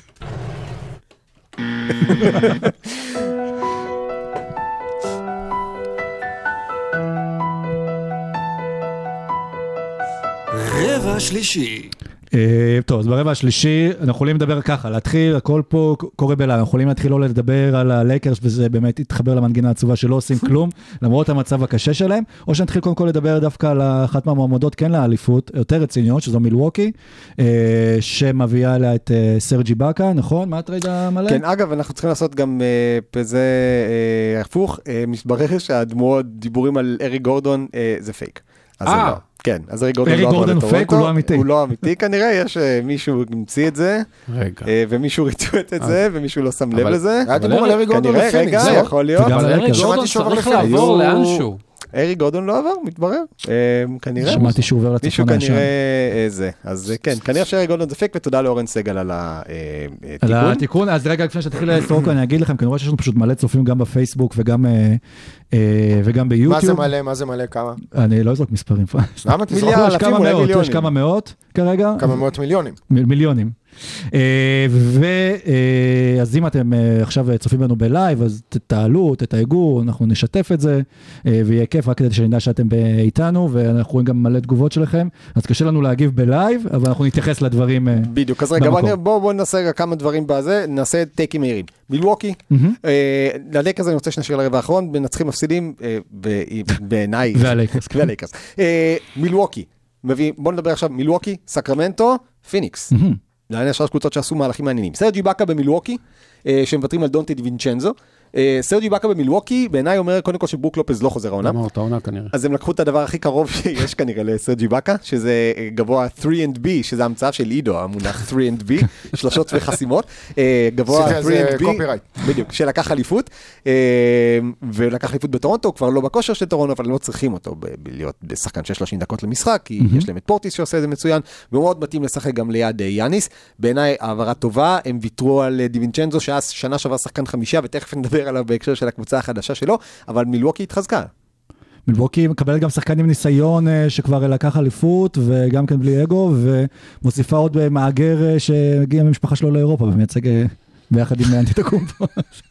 רבע שלישי. טוב, אז ברבע השלישי, אנחנו יכולים לדבר ככה, להתחיל, הכל פה קורה בלה, אנחנו יכולים להתחיל לא לדבר על הלייקרס, וזה באמת יתחבר למנגינה העצובה שלא עושים כלום, למרות המצב הקשה שלהם, או שנתחיל קודם כל לדבר דווקא על אחת מהמועמדות, כן לאליפות, יותר רציניות, שזו מילווקי, שמביאה לה את סרג'י באקה, נכון? מה הטרייד המלא? כן, אגב, אנחנו צריכים לעשות גם בזה הפוך, מתברר שהדיבורים על ארי גורדון זה פייק. אז זה לא. כן, אז ארי גורדון הוא פייק, הוא לא אמיתי. הוא לא אמיתי כנראה, יש מישהו המציא את זה, ומישהו ריצוט את זה, ומישהו לא שם לב לזה. היה דיבור על ארי גורדון לפיניקס, רגע, יכול להיות. אבל ארי גורדון צריך לעבור לאנשהו. ארי גורדון לא עבר, מתברר, כנראה. שמעתי שהוא עובר מישהו לצפון הישן. כנראה זה, אז כן, כנראה שארי גורדון זה פייק, ותודה לאורן סגל על התיקון. על התיקון, אז רגע לפני שתתחיל לסרוק, אני אגיד לכם, כי אני רואה שיש לנו פשוט מלא צופים גם בפייסבוק וגם ביוטיוב. מה זה מלא, כמה? אני לא אזרוק מספרים. למה תזרוק? יש כמה מאות כרגע. כמה מאות מיליונים. מיליונים. אז אם אתם עכשיו צופים בנו בלייב, אז תתעלו, תתייגו, אנחנו נשתף את זה, ויהיה כיף רק כדי שנדע שאתם איתנו, ואנחנו רואים גם מלא תגובות שלכם, אז קשה לנו להגיב בלייב, אבל אנחנו נתייחס לדברים במקום. בדיוק, אז רגע, בואו נעשה כמה דברים בזה, נעשה טייקים מהירים. מילווקי, ללייקרס אני רוצה שנשאיר לרבע האחרון, מנצחים מפסידים בעיניי. והלייקרס. מילווקי, בואו נדבר עכשיו, מילווקי, סקרמנטו, פיניקס. יש רק קבוצות שעשו מהלכים מעניינים. סרג'י באקה במילווקי, שמוותרים על דונטי דיווינצ'נזו, סרג'י באקה במילווקי, בעיניי אומר קודם כל שברוק לופז לא חוזר העונה. אמרת העונה כנראה. אז הם לקחו את הדבר הכי קרוב שיש כנראה לסרג'י באקה, שזה גבוה 3&B, שזה המצאה של עידו, המונח 3&B, שלושות וחסימות. גבוה 3&B, בדיוק, שלקח אליפות, ולקח אליפות בטורונטו, כבר לא בכושר של טורונטו, אבל לא צריכים אותו להיות בשחקן 30 דקות למשחק, כי יש להם את פורטיס שעושה את זה מצוין, והוא מאוד מתאים לשחק גם ליד יאניס. בעיניי העברה טובה, הם ויתרו על דיווינצ'נזו, שהיה שנה שעבר שחקן 5, ותכף נדבר עליו בהקשר של הקבוצה החדשה שלו, אבל מילווקי התחזקה. מילווקי מקבלת גם שחקן עם ניסיון שכבר לקח אליפות, וגם כן בלי אגו, ומוסיפה עוד מהגר שהגיע ממשפחה שלו לאירופה, ומייצג ביחד עם אנטיטוקומפו.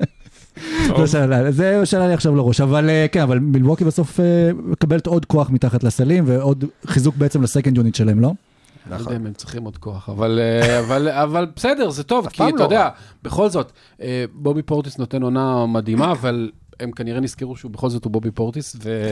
זה שאלה לי עכשיו לראש, אבל כן, אבל מילווקי בסוף מקבלת עוד כוח מתחת לסלים, ועוד חיזוק בעצם לסקנד יוניט שלהם, לא? לא יודע אם הם צריכים עוד כוח, אבל בסדר, זה טוב, כי אתה יודע, בכל זאת, בובי פורטיס נותן עונה מדהימה, אבל הם כנראה נזכרו שהוא בכל זאת הוא בובי פורטיס,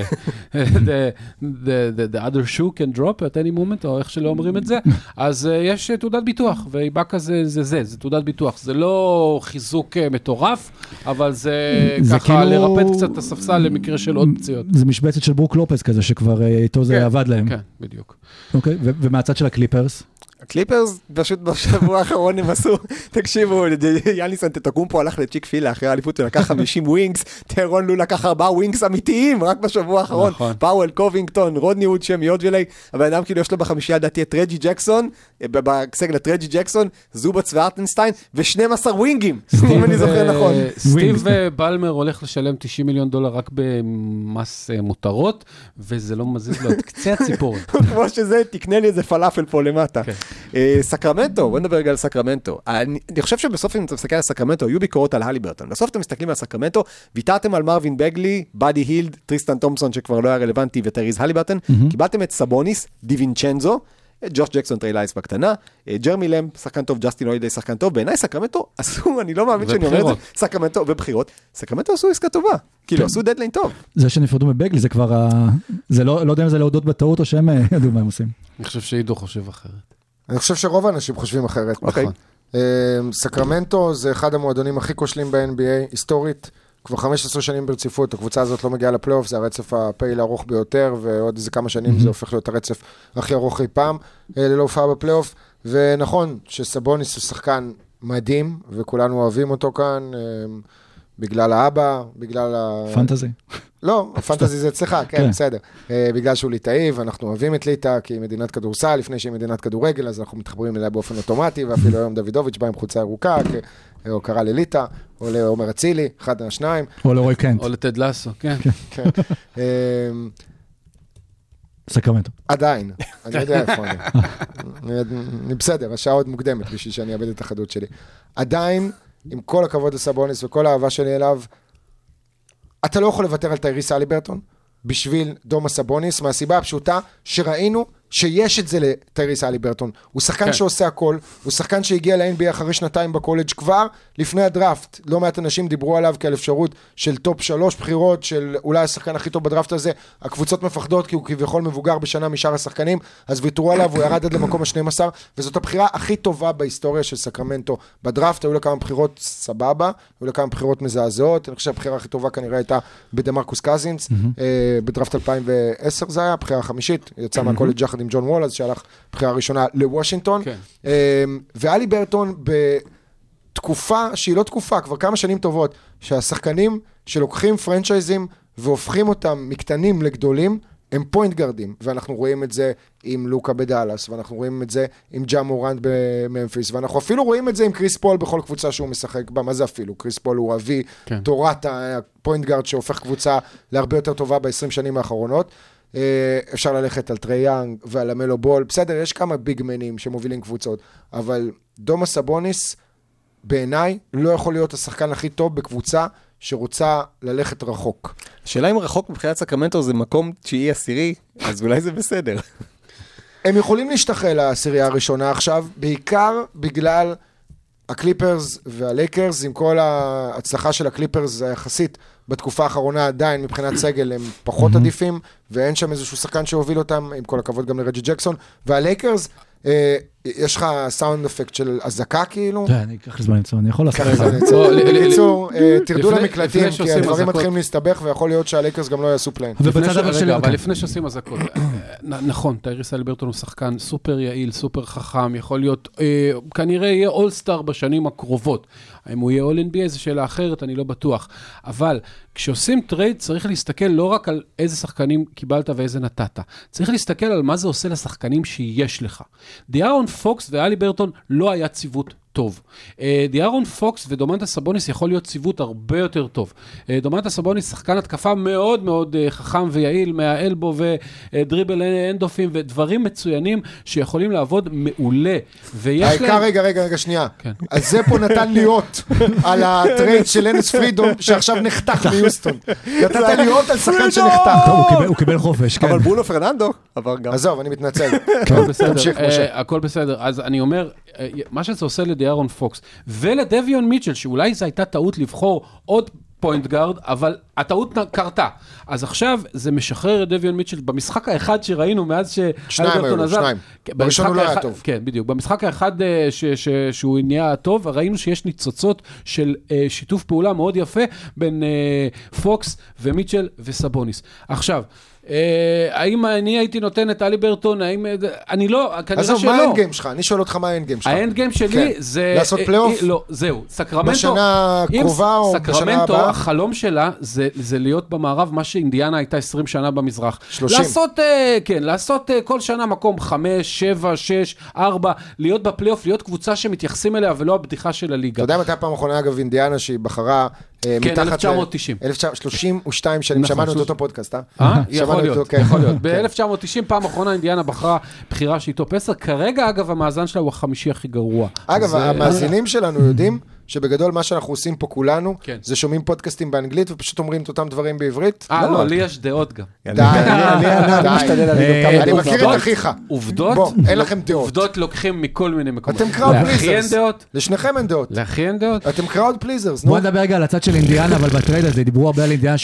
the other shoe can drop at any moment, או איך שלא אומרים את זה, אז יש תעודת ביטוח, ואיבאקה זה תעודת ביטוח, זה לא חיזוק מטורף, אבל זה ככה לרפד קצת את הספסל למקרה של עוד פציעות. זה משבצת של ברוק לופס כזה, שכבר איתו זה עבד להם. כן, בדיוק. אוקיי, ומהצד של הקליפרס? הקליפרס פשוט בשבוע האחרון הם עשו, תקשיבו, יאניס אנטטוקומפו הלך לצ'יק פילה אחרי האליפות ולקח 50 ווינגס, טיירון לו לקח 4 ווינגס אמיתיים רק בשבוע האחרון, פאוול, קובינגטון, רודני ווד, שם יודג'לי, הבן אדם כאילו יש לו בחמישייה דעתי את רג'י ג'קסון, בסגל את רג'י ג'קסון, זובץ וארטנסטיין, ו12 ווינגים, אם אני זוכר נכון. סטיב בלמר הולך לשלם $90 מיליון רק במס מותרות, וזה לא מזיז לו את קצה הציפור. כמו שזה, תקנה לי איזה פלאפל פה למטה. סקרמנטו, בוא נדבר רגע על סקרמנטו. אני חושב שבסוף אם אתה מסתכל על סקרמנטו, היו ביקורות על הליברטון. בסוף אתם מסתכלים על סקרמנטו, ויתרתם על מרווין בגלי, בדי הילד, טריסטן תומפסון שכבר לא היה רלוונטי, וטריז הליברטון. קיבלתם את סבוניס, דיווינצ'נזו, ג'וש ג'קסון טריילייס בקטנה, ג'רמי לם, שחקן טוב, ג'סטין הולידיי, שחקן טוב. בעיניי סקרמנטו עשו, אני לא מאמין שאני אומר את זה, סקרמנטו ובחירות. סקרמנטו עשו עסקה טובה. כאילו, עשו דדליין טוב. זה שנפרדו מבגלי, זה כבר, זה לא יודע אם זה להודות בטעות או שהם ידעו מה הם עושים. אני חושב שעידו חושב אחרת. אני חושב שרוב האנשים חושבים אחרת. אוקיי. סקרמנטו זה אחד המועדונים הכי כושלים ב-NBA, היסטורית, כבר 15 שנים ברציפות, הקבוצה הזאת לא מגיעה לפלייאוף, זה הרצף הפעיל הארוך ביותר, ועוד איזה כמה שנים זה הופך להיות הרצף הכי ארוך אי פעם, ללא הופעה בפלייאוף, ונכון שסבוניס הוא שחקן מדהים, וכולנו אוהבים אותו כאן, בגלל האבא, בגלל פנטזי. לא, פנטזי זה אצלך, כן, בסדר. בגלל שהוא ליטאי, ואנחנו אוהבים את ליטא, כי היא מדינת כדורסל, לפני שהיא מדינת כדורגל, אז אנחנו מתחברים אליה באופן אוטומטי, ואפילו היום דוידוביץ' בא עם חולצה ירוקה, או קרא לליטא, או לעומר אצילי, אחד מהשניים. או לרוי קנט. או לטד לסו, כן. כן. סקרמנטו. עדיין, אני לא יודע איפה אני בסדר, השעה עוד מוקדמת, בשביל שאני אאבד את החדות שלי. עדיין, עם כל הכבוד לסבוניס וכל האהבה שלי אליו, אתה לא יכול לוותר על טייריס הליברטון בשביל דומה סבוניס, מהסיבה הפשוטה שראינו שיש את זה לטייריס הליברטון. הוא שחקן שעושה הכל, הוא שחקן שהגיע ל-NBA אחרי שנתיים בקולג' כבר לפני הדראפט. לא מעט אנשים דיברו עליו כעל אפשרות של טופ 3 בחירות, של אולי השחקן הכי טוב בדראפט הזה. הקבוצות מפחדות כי הוא כביכול מבוגר בשנה משאר השחקנים, אז ויתרו עליו, הוא ירד עד למקום ה-12, וזאת הבחירה הכי טובה בהיסטוריה של סקרמנטו בדראפט. היו לה כמה בחירות סבבה, היו לה כמה בחירות מזעזעות. אני חושב שהבחירה הכי טובה כנראה הייתה בדמרקוס קזינס, בדראפט 2010 זה היה, הבחירה החמישית, יצא מהקולג' יחד עם ג'ון וולאז, שהלך בחירה ראשונה לוושינגטון, ואלי ברטון בתקופה שהיא לא תקופה, כבר כמה שנים טובות, שהשחקנים שלוקחים פרנצ'ייזים והופכים אותם מקטנים לגדולים, הם פוינט גרדים, ואנחנו רואים את זה עם לוקה בדאלאס, ואנחנו רואים את זה עם ג'ה מורנט בממפיס, ואנחנו אפילו רואים את זה עם קריס פול בכל קבוצה שהוא משחק בה. מה זה אפילו? קריס פול הוא אבי תורת הפוינט גרד שהופך קבוצה להרבה יותר טובה ב-20 שנים האחרונות. אפשר ללכת על טרי יאנג ועל המלו בול, בסדר, יש כמה ביגמנים שמובילים קבוצות, אבל דומה סבוניס בעיניי לא יכול להיות השחקן הכי טוב בקבוצה שרוצה ללכת רחוק. השאלה אם רחוק מבחינת סקרמנטו זה מקום 9-10, אז אולי זה בסדר. הם יכולים להשתחרר לעשירייה הראשונה עכשיו, בעיקר בגלל הקליפרס והלייקרס, עם כל ההצלחה של הקליפרס היחסית בתקופה האחרונה עדיין מבחינת סגל הם פחות עדיפים, ואין שם איזשהו שחקן שהוביל אותם, עם כל הכבוד גם לרג'י ג'קסון, והלייקרס, יש לך סאונד אפקט של הזקה כאילו? אני אקח זמן למצוא, אני יכול לעשות ככה את זה. זה. בקיצור, תרדו למקלטים, כי הדברים מתחילים להסתבך, ויכול להיות שהלייקרס גם לא יעשו פליין. אבל לפני שעושים הזקות, נכון, טייריס הליברטון הוא שחקן סופר יעיל, סופר חכם, יכול להיות, כנראה יהיה אולסטאר בשנים הקרובות. האם הוא יהיה All-NBA, זו שאלה אחרת, אני לא בטוח. אבל כשעושים טרייד, צריך להסתכל לא רק על איזה שחקנים קיבלת ואיזה נתת. צריך להסתכל על מה זה עושה לשחקנים שיש לך. דיארון פוקס והליברטון לא היה ציוות טוב. דיארון פוקס ודומנטה סבוניס יכול להיות ציוות הרבה יותר טוב. דומנטה סבוניס שחקן התקפה מאוד מאוד חכם ויעיל, מהאלבו ודריבל אנדופים ודברים מצוינים שיכולים לעבוד מעולה. העיקר, רגע, שנייה. אז זה פה נתן להיות על הטרייד של אנס פרידום שעכשיו נחתך מיוסטון. נתן להיות על שחקן שנחתך. הוא קיבל חופש, כן. אבל ברונו פרננדו עבר גם. עזוב, אני מתנצל. הכל בסדר. אז אני אומר, מה שזה עושה לדיארון פוקס, ולדביון מיטשל, שאולי זו הייתה טעות לבחור עוד פוינט גארד, אבל הטעות קרתה. אז עכשיו זה משחרר את דביון מיטשל, במשחק האחד שראינו מאז שניים. בראשון הוא לא היה טוב. כן, בדיוק. במשחק האחד שהוא נהיה טוב, ראינו שיש ניצוצות של שיתוף פעולה מאוד יפה, בין פוקס ומיטשל וסבוניס. עכשיו, האם אני הייתי נותן את הליברטון, אני לא, כנראה שלא. אז מה האנד גיים שלך? אני שואל אותך מה האנד גיים שלך. האנד גיים שלי זה... לעשות פלייאוף? לא, זהו. סקרמנטו... בשנה הקרובה או בשנה הבאה? סקרמנטו, החלום שלה זה להיות במערב, מה שאינדיאנה הייתה 20 שנה במזרח. 30. לעשות כל שנה מקום 5, 7, 6, 4, להיות בפלייאוף, להיות קבוצה שמתייחסים אליה ולא הבדיחה של הליגה. אתה יודע מתי הפעם האחרונה, אגב, אינדיאנה שהיא בחרה... כן, 1990. 32 שנים, שמענו את אותו פודקאסט, אה? יכול להיות. ב-1990, פעם האחרונה אינדיאנה בחרה בחירה שהיא טופ 10, כרגע אגב המאזן שלה הוא החמישי הכי גרוע. אגב, המאזינים שלנו יודעים שבגדול מה שאנחנו עושים פה כולנו, זה שומעים פודקאסטים באנגלית ופשוט אומרים את אותם דברים בעברית. לא, לי יש דעות גם. די, אני מכיר את אחיך. עובדות? אין לכם דעות. עובדות לוקחים מכל מיני מקומות. אתם קראוד פליזרס. לאחי אין דעות? לשניכם אין דעות. לאחי אין דעות? אתם קראוד פליזרס, נו. בוא נדבר רגע על הצד של אינדיאנה, אבל בטרייד הזה דיברו הרבה על אינדיאנה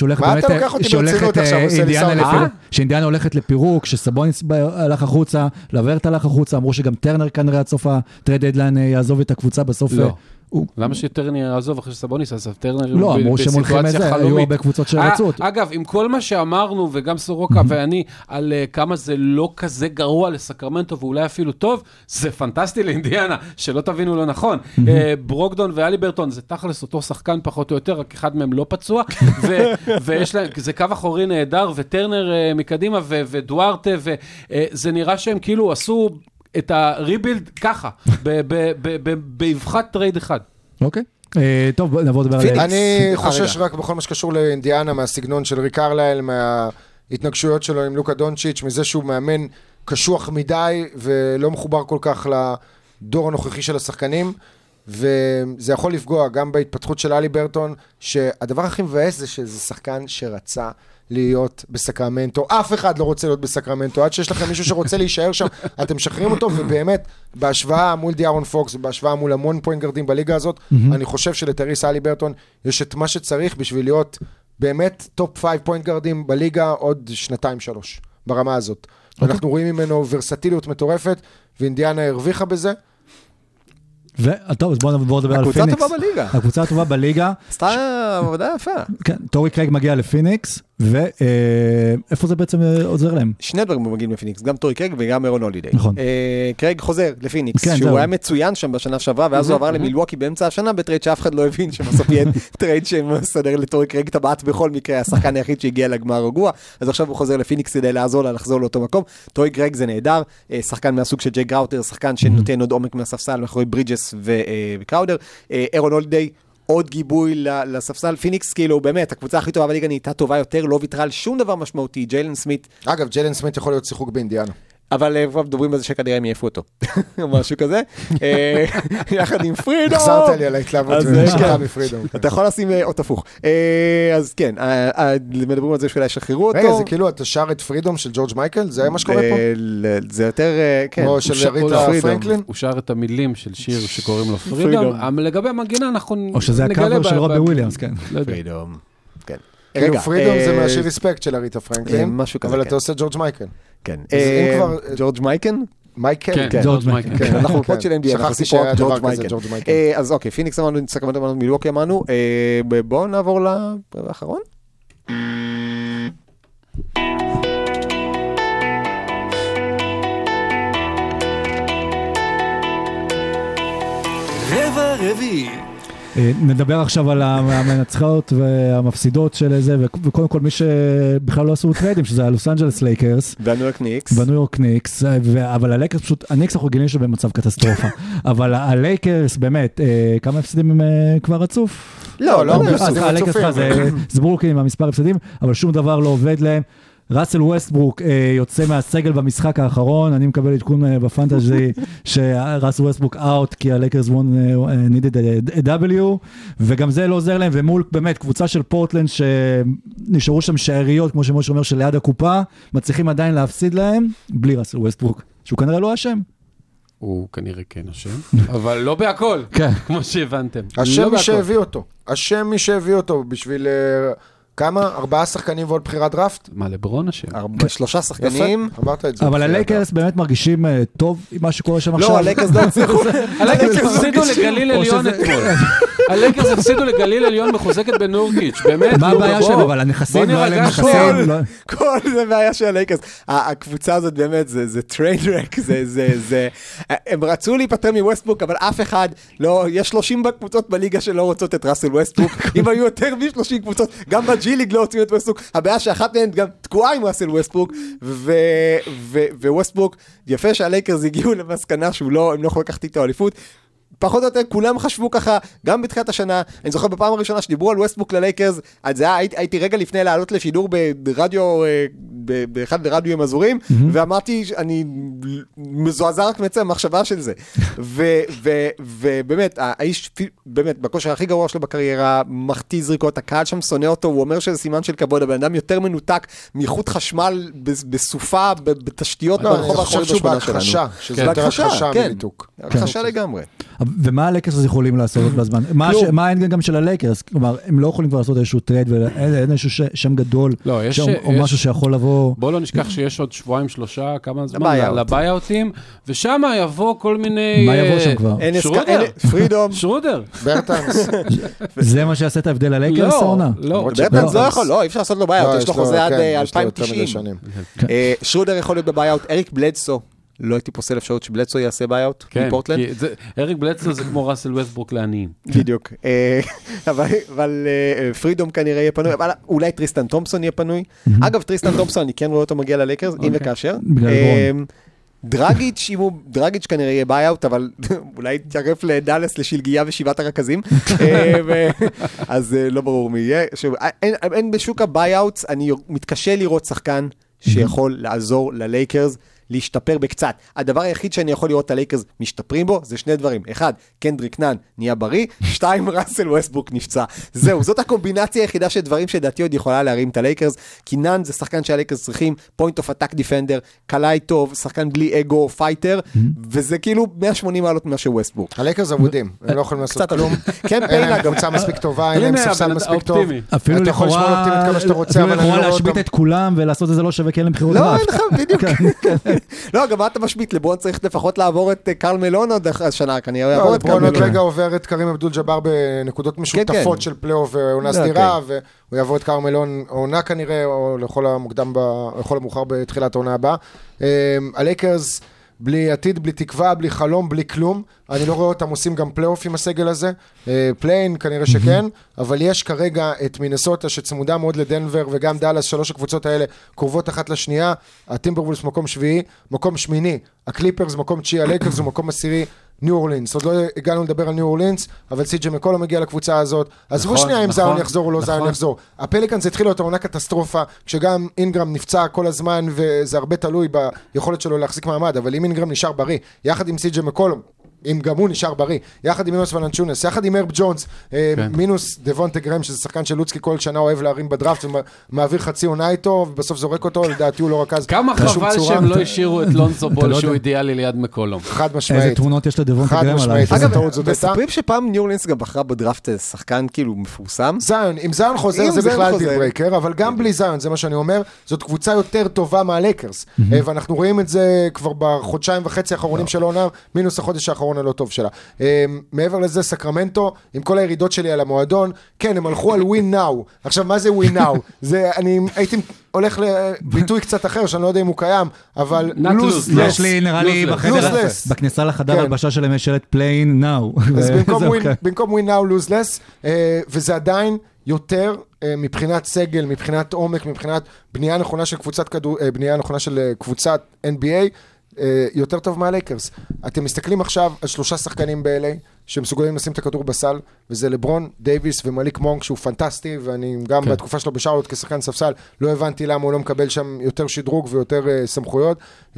שאינדיאנה הולכת לפירוק, שסבוניס הלך החוצה, לברט הלך החוצה, אמרו שגם טרנר כנראה עד סוף הטרייד דדליין יעזוב את הקבוצה בסוף. לא. למה שטרנר יעזוב אחרי שסבוניס? אז טרנר לא, אמרו שהם הולכים לזה, היו הרבה קבוצות שרצו אותו. אגב, עם כל מה שאמרנו, וגם סורוקה ואני, על כמה זה לא כזה גרוע לסקרמנטו, ואולי אפילו טוב, זה פנטסטי לאינדיאנה, שלא תבינו לא נכון. ברוקדון ואליברטון, זה תכלס אותו שחקן פחות או יותר, רק אחד מהם לא פצוע, ויש להם, זה קו אחורי נהדר, וטרנר מקדימה, ודוארטה, וזה נראה שהם כאילו עשו את הריבילד ככה, באבחת טרייד אחד. אוקיי. טוב, נעבור לדבר על... אני חושש רק בכל מה שקשור לאינדיאנה, מהסגנון של ריק קרלייל, מההתנגשויות שלו עם לוקה דונצ'יץ', מזה שהוא מאמן קשוח מדי, ולא מחובר כל כך לדור הנוכחי של השחקנים, וזה יכול לפגוע גם בהתפתחות של אלי ברטון, שהדבר הכי מבאס זה שזה שחקן שרצה להיות בסקרמנטו, אף אחד לא רוצה להיות בסקרמנטו, עד שיש לכם מישהו שרוצה להישאר שם, אתם משחררים אותו, ובאמת, בהשוואה מול דיארון פוקס, ובהשוואה מול המון פוינט גרדים בליגה הזאת, אני חושב שלטריס אלי ברטון יש את מה שצריך בשביל להיות באמת טופ 5 פוינט גרדים בליגה עוד 2-3 ברמה הזאת. אנחנו רואים ממנו ורסטיליות מטורפת, ואינדיאנה הרוויחה בזה. טוב, אז בואו נדבר על פיניקס. הקבוצה הטובה בליגה. הקבוצה הטובה בליגה. עשתה עבודה יפה. כן, טורי קרייג מגיע לפיניקס, ואיפה זה בעצם עוזר להם? שני דברים מגיעים לפיניקס, גם טורי קרייג וגם אירון הולידיי. נכון. קרייג חוזר לפיניקס, שהוא היה מצוין שם בשנה שעברה, ואז הוא עבר למילווקי באמצע השנה, בטרייד שאף אחד לא הבין שבסוף יהיה טרייד שמסדר לטורי קרייג טבעת בכל מקרה, השחקן היחיד שהגיע לגמר רגוע, אז עכשיו הוא חוזר לפיניקס כדי לעזור לה לחזור לאותו מקום. טורי קרייג זה נהדר, שחקן מהסוג של ג'יי גראוטר, שחקן שנותן עוד עומק מהספסל מאחורי ברידג'ס וקראודר. אירון הולידיי עוד גיבוי לספסל. פיניקס כאילו באמת הקבוצה הכי טובה בליגה נהייתה טובה יותר, לא ויתרה על שום דבר משמעותי. ג'יילן סמית, אגב ג'יילן סמית יכול להיות שיחוק באינדיאנה, אבל מדברים על זה שכנראה הם יעפו אותו או משהו כזה, יחד עם פרידום. החזרת לי על ההתלהבות שלך מפרידום. אתה יכול לשים אות הפוך. אז כן, מדברים על זה שאולי ישחררו אותו. רגע, זה כאילו אתה שר את פרידום של ג'ורג' מייקל, זה מה שקורה פה? זה יותר, כן. או של ריטה פרנקלין? הוא שר את המילים של שיר שקוראים לו פרידום. לגבי המנגינה אנחנו או שזה הקאבר של רובי וויליאמס, כן. פרידום, כן. כאילו פרידום זה מהשיר ריספקט של אריתה פרנקלין, משהו כזה, אבל כן. אתה עושה ג'ורג' מייקל. כן. אם כבר... ג'ורג' מייקן? מייקל? כן, ג'ורג' מייקל. כן, אנחנו בפוד של NBA, אנחנו שכחתי עושים פה שהיה ג'ורג' דבר כזה, מייקל. ג'ורג' מייקל. אז אוקיי, פיניקס אמרנו, סקרמנטו אמרנו, מילווקי אמרנו, בואו נעבור לאחרון. רבע רביעי. נדבר עכשיו על המנצחות והמפסידות של זה, וקודם כל מי שבכלל לא עשו טריידים, שזה הלוס אנג'לס לייקרס. והניו יורק ניקס. בניו יורק ניקס, אבל הלייקרס פשוט, הניקס אנחנו גילים שבמצב קטסטרופה. אבל הלייקרס באמת, כמה הפסדים הם כבר רצוף? לא, הפסדים הלייקרס זה ברוקלין עם המספר הפסדים, אבל שום דבר לא עובד להם. ראסל ווסטברוק יוצא מהסגל במשחק האחרון, אני מקבל עדכון בפנטזי שראסל ווסטברוק אאוט, כי הלייקרס needed a W, וגם זה לא עוזר להם, ומול באמת קבוצה של פורטלנד שנשארו שם שעריות, כמו שמוש אומר, שליד הקופה, מצליחים עדיין להפסיד להם, בלי ראסל ווסטברוק, שהוא כנראה לא אשם. הוא כנראה כן אשם, אבל לא בהכל, כמו שהבנתם. אשם מי שהביא אותו בשביל... כמה? 4 שחקנים ועוד בחירת דראפט? מה, לברון אשם? 3 שחקנים. עברת את זה. אבל הלייקרס באמת מרגישים טוב עם מה שקורה שם עכשיו. לא, הלייקרס לא הצליחו. הלייקרס הפסידו לגליל עליון אתמול. הלייקרס הפסידו לגליל עליון מחוזקת בנורקיץ', באמת. מה הבעיה שלהם? אבל הנכסים, לא עליהם נכסים. כל זה בעיה של הלייקרס. הקבוצה הזאת באמת, זה טריינרק, הם רצו להיפטר מווסטברוק, אבל אף אחד לא, יש 30 קבוצות בליגה שלא רוצות את ראסל ווסטברוק. אם היו יותר מ-30 קבוצות, גם בג'י ליג לא הוציאו את ווסטברוק. הבעיה שאחת מהן גם תקועה עם ראסל ווסטברוק, וווסטברוק, יפה שהלייקרס הגיעו למסקנה שהם לא יכולים לקחת איתו אליפות. פחות או יותר, כולם חשבו ככה, גם בתחילת השנה, אני זוכר בפעם הראשונה שדיברו על ווסטברוק ללייקרס, הייתי רגע לפני לעלות לשידור ברדיו, באחד הרדיו עם אזורים, ואמרתי, אני מזועזע רק מעצם המחשבה של זה. ובאמת, האיש, באמת, בכושר הכי גרוע שלו בקריירה, מחטיא זריקות, הקהל שם שונא אותו, הוא אומר שזה סימן של כבוד, הבן אדם יותר מנותק מחוט חשמל בסופה, בתשתיות ברחוב האחורי בשכונה שלנו. שזה יותר הכחשה מניתוק. הכחשה לגמרי. ומה הלייקרס אז יכולים לעשות בזמן? מה האנגל גם של הלייקרס? כלומר, הם לא יכולים כבר לעשות איזשהו טרייד, ואין איזשהו שם גדול, או משהו שיכול לבוא... בוא לא נשכח שיש עוד 2-3, כמה זמן, לבייאוטים, ושם יבוא כל מיני... מה יבוא שם כבר? שרודר. פרידום. שרודר. ברטנס. זה מה שיעשה את ההבדל הלייקרס העונה? לא. ברטנס לא יכול, לא, אי אפשר לעשות לו בייאוט, יש לו חוזה עד 2090. שרודר יכול להיות בבייאוט, אריק בלדסו. לא הייתי פוסל אפשרות שבלדסו יעשה בייאוט מפורטלנד. אריק בלדסו זה כמו ראסל ווסטברוק לעניים. בדיוק. אבל פרידום כנראה יהיה פנוי, אבל אולי טריסטן תומפסון יהיה פנוי. אגב, טריסטן תומפסון, אני כן רואה אותו מגיע ללייקרס, אם וכאשר. דרגיץ' כנראה יהיה בייאוט, אבל אולי תערף לדלס לשלגיה ושבעת הרכזים. אז לא ברור מי יהיה. אין בשוק הבייאוט, אני מתקשה לראות שחקן שיכול לעזור ללייקרס להשתפר בקצת. הדבר היחיד שאני יכול לראות את הלייקרס משתפרים בו, זה 2 דברים. 1, קנדריק נאן נהיה בריא, 2, ראסל ווסטברוק נפצע. זהו, זאת הקומבינציה היחידה של דברים שדעתי עוד יכולה להרים את הלייקרס, כי נאן זה שחקן שהלייקרס צריכים, פוינט אוף אטאק דיפנדר, קלעי טוב, שחקן בלי אגו, פייטר, וזה כאילו 180 מעלות מה שווסטברוק. הלייקרס עבודים, הם לא יכולים לעשות כלום. כן, אין להם קבוצה מספיק טובה, אין להם ספסל מספיק טוב. אפילו לכאורה להשבית את כולם ולעשות את זה לא שווה, כי אין להם בחירות דראפט. לא, בדיוק. לא, גם אתה משבית, לברון צריך לפחות לעבור את קרל מלון עוד השנה, כנראה יעבור את קרל מלון. לברון עוד רגע עובר את קרים אבדול ג'אבר בנקודות משותפות של פלייאוף ועונה סדירה, והוא יעבור את קרל מלון העונה כנראה, או לכל המאוחר בתחילת העונה הבאה. הלייקרס בלי עתיד, בלי תקווה, בלי חלום, בלי כלום. אני לא רואה אותם עושים גם פלייאוף עם הסגל הזה. פליין כנראה שכן, אבל יש כרגע את מינסוטה שצמודה מאוד לדנבר, וגם דאלאס, 3 הקבוצות האלה קרובות אחת לשנייה. הטימברוולס מקום 7, מקום 8, הקליפרס מקום 9, הלייקרס הוא מקום 10, ניו אורלינס. עוד לא הגענו לדבר על ניו אורלינס, אבל סי.ג'יי מקולום מגיע לקבוצה הזאת. עזבו שנייה אם זיון יחזור או לא זיון יחזור. הפליקאנס התחילו את העונה קטסטרופה, כשגם אינגרם נפצע כל הזמן, וזה הרבה תלוי ביכולת שלו להחזיק מעמד, אבל אם אינגרם נשאר בריא, יחד עם סי.ג'יי מקולום, אם גם הוא נשאר בריא, יחד עם מינוס ולנצ'ונס, יחד עם הרב ג'ונס, מינוס דוונטה גרם, שזה שחקן של לוצקי כל שנה אוהב להרים בדראפט, ומעביר חצי עונה איתו, ובסוף זורק אותו, לדעתי הוא לא רכז. כמה חבל שהם לא השאירו את לונזו בול שהוא אידיאלי ליד מקולום. חד משמעית. איזה תמונות יש לדוונטה גרם עליי. אגב, מספרים שפעם ניו אורלינס גם בחרה בדראפט שחקן כאילו מפורסם. זיון, אם זיון חוזר זה בכלל דיל ברייקר, אבל גם בלי זיון, זה מה שאני אומר, זאת קבוצה יותר טובה מהלייקרס, ואנחנו רואים את זה כבר בחודשיים וחצי האחרונים של העונה, מינוס החודש האחרון הלא טוב שלה. מעבר לזה, סקרמנטו, עם כל הירידות שלי על המועדון, כן, הם הלכו על win now. עכשיו, מה זה win now? אני הייתי הולך לביטוי קצת אחר, שאני לא יודע אם הוא קיים, אבל lose less. יש לי, נראה לי, בכניסה לחדר הלבשה שלהם יש שלט playing now. אז במקום win now, lose less, וזה עדיין יותר מבחינת סגל, מבחינת עומק, מבחינת בנייה נכונה של בנייה נכונה של קבוצת NBA, יותר טוב מהלייקרס. אתם מסתכלים עכשיו על 3 שחקנים ב-LA שמסוגלים לשים את הכדור בסל, וזה לברון, דייביס ומליק מונק, שהוא פנטסטי, ואני גם בתקופה שלו בשרלוט כשחקן ספסל, לא הבנתי למה הוא לא מקבל שם יותר שדרוג ויותר סמכויות.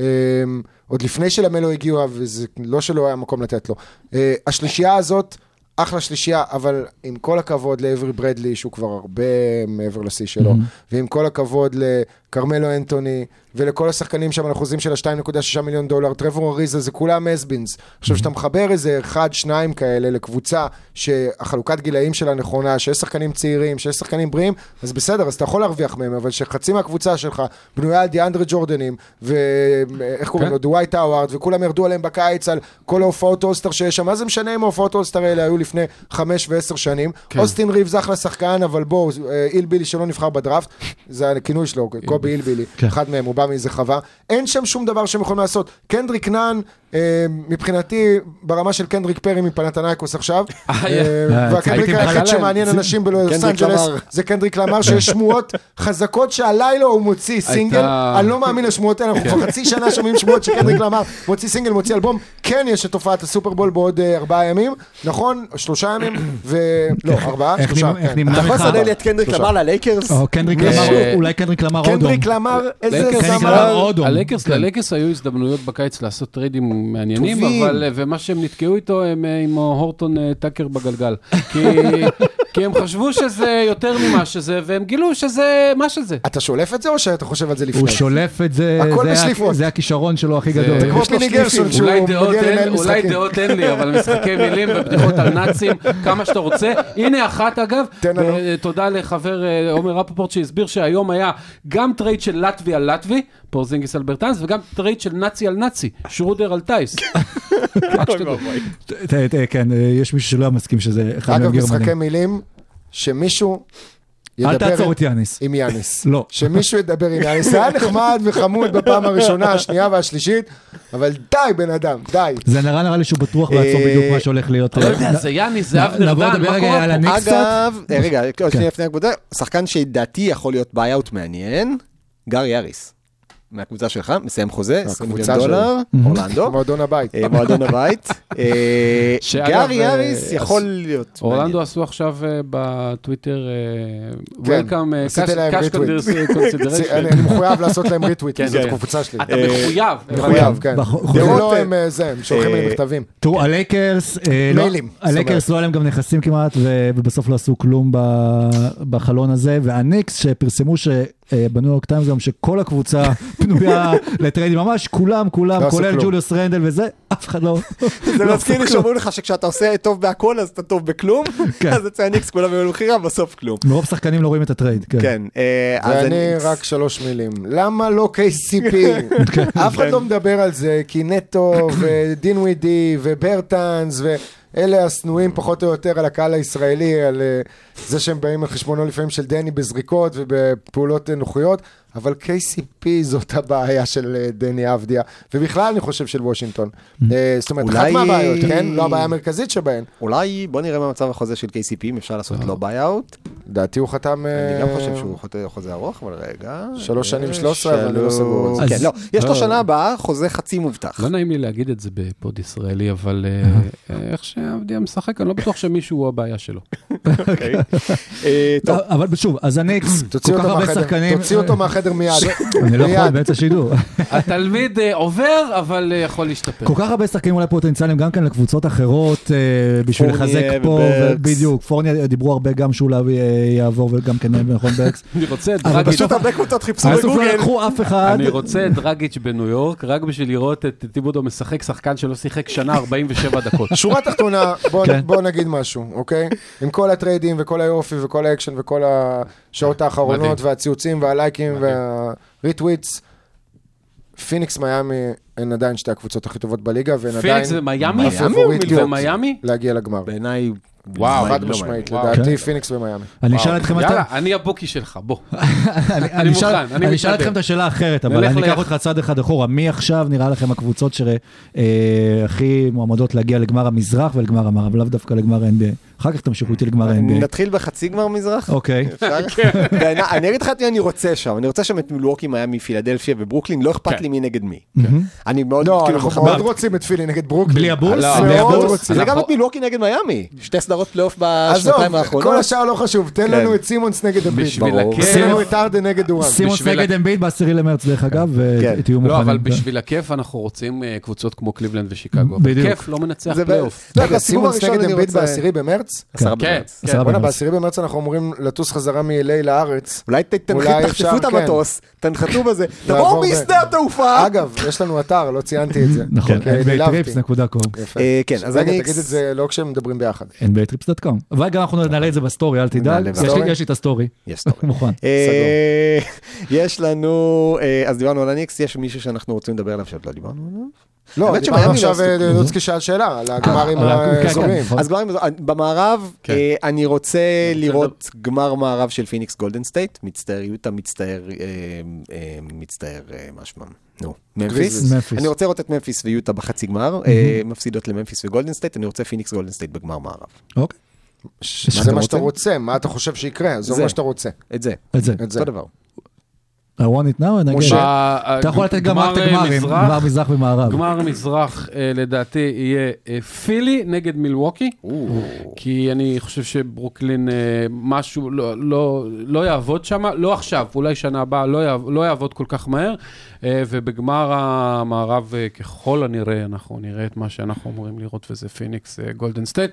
עוד לפני שלמלו הגיעו, וזה לא שלא היה מקום לתת לו. השלישייה הזאת, אחלה שלישייה, אבל עם כל הכבוד לאברי ברדלי, שהוא כבר הרבה מעבר לשיא שלו, ועם כל הכבוד לקרמלו אנטוני, ולכל השחקנים שם על אחוזים של $2.6 מיליון, טרוור אריזה, זה כולם אסבינס. עכשיו, שאתה מחבר איזה 1-2 כאלה לקבוצה שהחלוקת גילאים שלה נכונה, שיש שחקנים צעירים, שיש שחקנים בריאים, אז בסדר, אז אתה יכול להרוויח מהם, אבל שחצי מהקבוצה שלך בנויה על דיאנדרי ג'ורדנים, ואיך קוראים לו, דווייט האווארד, וכולם ירדו עליהם בקיץ על כל ההופעות אולסטר שיש שם. מה זה משנה אם ההופעות אולסטר האלה היו לפני 5 ו10 שנים? אוסטין ריבס אחלה שחקן, אבל בוא, איל בילי שלא נבחר בדראפט, זה הכינוי שלו, קובי איל בילי, אחד מהם, הוא בא מאיזה חווה. אין שם שום דבר שהם יכולים לעשות. קנדריק נאן, מבחינתי, ברמה של קנדריק פרי מפנתנייקוס עכשיו, והקנדריק היחיד שמעניין אנשים בלוס אנג'לס, זה קנדריק למר, שיש שמועות חזקות שהלילה הוא מוציא סינגל, אני לא מאמין לשמועות האלה, אנחנו כבר חצי שנה שומעים שמועות שקנדריק למר מוציא סינגל, מוציא אלבום, כן יש את תופעת הסופרבול בעוד 4 ימים, נכון? 3 ימים, לא, 4, 3. אתה יכול לסדר לי את קנדריק למר ללייקרס? אולי קנדריק למר אודום. קנדריק למר, איזה ללייקרס היו הזדמנויות בקיץ לעשות טריידים מעניינים, ומה שהם נתקעו איתו הם עם הורטון טאקר בגלגל. כי הם חשבו שזה יותר ממה שזה, והם גילו שזה מה שזה. אתה שולף את זה או שאתה חושב על זה לפני? הוא שולף את זה, זה הכישרון שלו הכי גדול. זה כמו פיני גרשון, שהוא מגיע לנהל משחקים. אולי דעות אין לי, אבל משחקי מילים ובדיחות על נאצים, כמה שאתה רוצה. הנה אחת אגב, תודה לחבר עומר רפפורט שהסביר שהיום היה גם טרייד של לטבי על לטבי, פורזינגיס על ברטנס, וגם טרייד של נאצי על נאצי, שרודר על טייס. כן, יש מישהו שלא מסכים שזה אחד מהם גרמנים. אגב, משחקי מילים, שמישהו אל תעצור את יאניס. עם יאניס. לא. שמישהו ידבר עם יאניס. זה היה נחמד וחמוד בפעם הראשונה, השנייה והשלישית, אבל די בן אדם, די. זה נראה לי שהוא בטוח לעצור בדיוק מה שהולך להיות. לא יודע, זה יאניס, זה אבנר דן, מה קורה פה? אגב, רגע, שנייה לפני הקבוצה, שחקן שדעתי יכול להיות ביי-אוט מעניין, גארי יאריס. מהקבוצה שלך, מסיים חוזה, $20 מיליון, אורלנדו. מועדון הבית. מועדון הבית. גארי יאריס יכול להיות. אורלנדו עשו עכשיו בטוויטר, Welcome, cash consideration. אני מחויב לעשות להם ריטוויט, כי זאת קבוצה שלי. אתה מחויב. מחויב, כן. לא הם שולחים לי מכתבים. תראו, הלייקרס לא עליהם גם נכסים כמעט, ובסוף לא עשו כלום בחלון הזה, והניקס שפרסמו בניו יורק טיימס גם שכל הקבוצה פנויה לטריידים, ממש כולם, כולל ג'וליוס רנדל וזה, אף אחד לא. זה מזכיר לי שאומרים לך שכשאתה עושה טוב בהכל, אז אתה טוב בכלום, אז אצל הניקס כולם היו למחירה, בסוף כלום. מרוב שחקנים לא רואים את הטרייד, כן. ואני רק 3 מילים. למה לא KCP? אף אחד לא מדבר על זה, כי נטו ודין ווידי וברטנס אלה הסנועים פחות או יותר על הקהל הישראלי, על זה שהם באים על חשבונו לפעמים של דני בזריקות ובפעולות נוחיות, אבל KCP זאת הבעיה של דני אבדיה, ובכלל אני חושב של וושינגטון. זאת אומרת, אחת מהבעיות, כן? לא הבעיה המרכזית שבהן. אולי בוא נראה מה מצב החוזה של KCP, אם אפשר לעשות לו ביי-אוט. דעתי הוא חתם... אני גם חושב שהוא חוזה ארוך, אבל רגע... 3 שנים 13, אבל אני לא סגור. כן, לא. יש לו שנה הבאה, חוזה חצי מובטח. לא נעים לי להגיד את זה בפוד ישראלי, אבל איך שאבדיה משחק, אני לא בטוח שמישהו הוא הבעיה שלו. אבל שוב, אז הניקס, כל כך הרבה שחקנים... תוציא אותו מהחדר מיד. אני לא יכול באמצע שידור. התלמיד עובר, אבל יכול להשתפר. כל כך הרבה שחקנים אולי פוטנציאליים, גם כן לקבוצות אחרות, בשביל לחזק פה, בדיוק, פורניה דיברו הרבה גם שאולי יעבור, וגם כן נכון ברקס. אני רוצה את דרגיץ'. פשוט הרבה קבוצות חיפשו בסוף לא בגוגל. לקחו אף אחד. אני רוצה את דרגיץ' בניו יורק, רק בשביל לראות את טיבודו משחק שחקן שלא שיחק שנה 47 דקות. שורה תחתונה, בוא נגיד משהו, אוקיי? עם כל הטריידים וכל היופי וכל האקשן וכל השעות האחרונות והציוצים והלייקים והריטוויטס, פיניקס מיאמי הן עדיין שתי הקבוצות הכי טובות בליגה, והן עדיין פיניקס ומיאמי? הפייבוריטיות ומיאמי? להגיע לגמר. בעיניי... וואו. חד משמעית, לדעתי פיניקס ומיאמי. אני אשאל אתכם... יאללה, אני הבוקי שלך, בוא. אני מוכן, אני אשאל אתכם את השאלה האחרת, אבל אני אקח אותך צד אחד אחורה. מי עכשיו נראה לכם הקבוצות שהכי מועמדות להגיע לגמר המזרח ולגמר המערב, לאו דווקא לגמר ה-NBA? אחר כך תמשיכו איתי לגמר ה-NBA. נתחיל בחצי גמר מזרח? אוקיי. אני אגיד לך את מי אני רוצה שם. אני רוצה שם את מילווקי, מיאמי, פילדלפיה וברוקלין. לא אכפת לי מי נגד מי. אני מאוד... לא, אנחנו מאוד רוצים את פילי נגד ברוקלין. בלי הבולס? זה גם את מילווקי נגד מיאמי. שתי סדרות פלייאוף בשנתיים האחרונות. כל השאר לא חשוב. תן לנו את סימונס נגד אמביט. תן לנו את ארדן נגד דורנט. סימונס נגד אמביט ב10 למרץ דרך אגב. לא, אבל בשביל הכיף אנחנו רוצים קבוצות כמו קליבלנד ושיקגו. בכיף לא מנצח פלייאוף. סימונס נגד אמביט ב10 במרץ? כן. ב10 במרץ אנחנו אמורים לטוס חזרה מ-LA לארץ. אולי תחטפו את המטוס, תנחתו בזה, תבואו משדה התעופה. אגב, יש לנו אתר, לא ציינתי את זה. נכון, nbatrips.com. כן, אז רגע, תגיד את זה לא כשהם מדברים ביחד. nbatrips.com. אבל גם אנחנו נעלה את זה בסטורי, אל תדאג. יש לי את הסטורי. יש סטורי. מוכן. יש לנו, אז דיברנו על הניקס, יש מישהו שאנחנו רוצים לדבר עליו שעוד לא דיברנו עליו? לא, דיברנו עכשיו, לוצקי שאל שאלה, על הגמרים האזוריים. אז במערב, אני רוצה לראות גמר מערב של פיניקס גולדן סטייט, מצטער יוטה, מצטער משמם. נו, ממפיס. אני רוצה לראות את ממפיס ויוטה בחצי גמר, מפסידות לממפיס וגולדן סטייט, אני רוצה פיניקס גולדן סטייט בגמר מערב. אוקיי. זה מה שאתה רוצה, מה אתה חושב שיקרה, זה מה שאתה רוצה. את זה. אותו דבר. I want it now, אתה יכול לתת גם רק את הגמרים, גמר מזרח ומערב. גמר מזרח לדעתי יהיה פילי נגד מילווקי, כי אני חושב שברוקלין משהו לא יעבוד שם, לא עכשיו, אולי שנה הבאה לא יעבוד כל כך מהר, ובגמר המערב ככל הנראה אנחנו נראה את מה שאנחנו אמורים לראות, וזה פיניקס גולדן סטייט,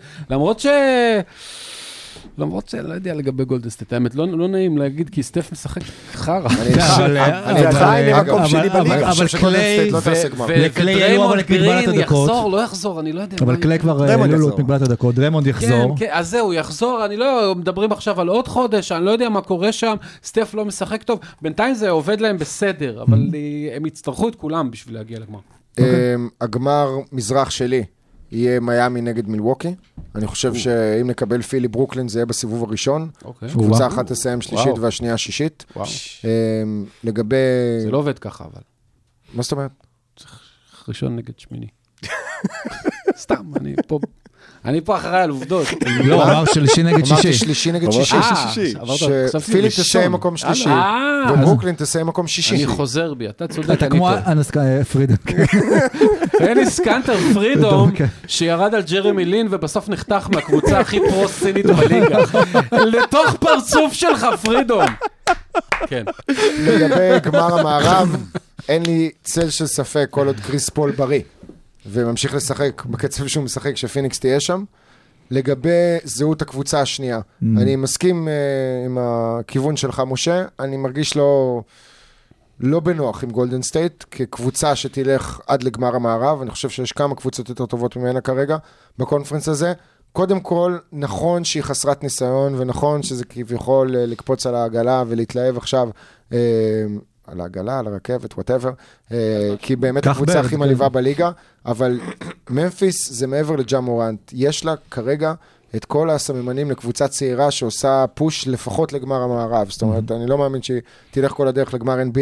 למרות שאני לא יודע לגבי גולדן סטייט, האמת, לא נעים להגיד, כי סטף משחק חרא. אני עדיין מקום שלי בליגה. אבל קליי העלו אבל את מגבלת הדקות. לא יחזור, אני לא יודע. אבל קליי כבר העלו את מגבלת הדקות, דרמונד יחזור. כן, אז זהו, יחזור, אני לא מדברים עכשיו על עוד חודש, אני לא יודע מה קורה שם, סטף לא משחק טוב, בינתיים זה עובד להם בסדר, אבל הם יצטרכו את כולם בשביל להגיע לגמר. הגמר מזרח שלי יהיה מיאמי נגד מילווקי. אני חושב שאם נקבל פילי ברוקלין זה יהיה בסיבוב הראשון. קבוצה אחת תסיים שלישית והשנייה שישית. לגבי... זה לא עובד ככה, אבל. מה זאת אומרת? ראשון נגד שמיני. סתם, אני פה אחראי על עובדות. לא, אמר שלישי נגד שישי. אמרתי שלישי נגד שישי. שפילי תסיים מקום שלישי, וברוקלין תסיים מקום שישי. אני חוזר בי, אתה צודק. אתה כמו פרידום. אליס קנטר פרידום, שירד על ג'רמי לין, ובסוף נחתך מהקבוצה הכי פרו-סינית בליגה. לתוך פרצוף שלך, פרידום. כן. לגבי גמר המערב, אין לי צל של ספק כל עוד קריס פול בריא. וממשיך לשחק בקצב שהוא משחק שפיניקס תהיה שם. לגבי זהות הקבוצה השנייה, אני מסכים עם הכיוון שלך, משה, אני מרגיש לא בנוח עם גולדן סטייט, כקבוצה שתלך עד לגמר המערב, אני חושב שיש כמה קבוצות יותר טובות ממנה כרגע, בקונפרנס הזה. קודם כל, נכון שהיא חסרת ניסיון, ונכון שזה כביכול לקפוץ על העגלה ולהתלהב עכשיו, על העגלה, על הרכבת, whatever, כי באמת הקבוצה הכי מלאיבה בליגה, אבל ממפיס זה מעבר לג'ה מורנט, יש לה כרגע את כל הסממנים לקבוצה צעירה שעושה פוש לפחות לגמר המערב, זאת אומרת, אני לא מאמין שהיא תלך כל הדרך לגמר NBA,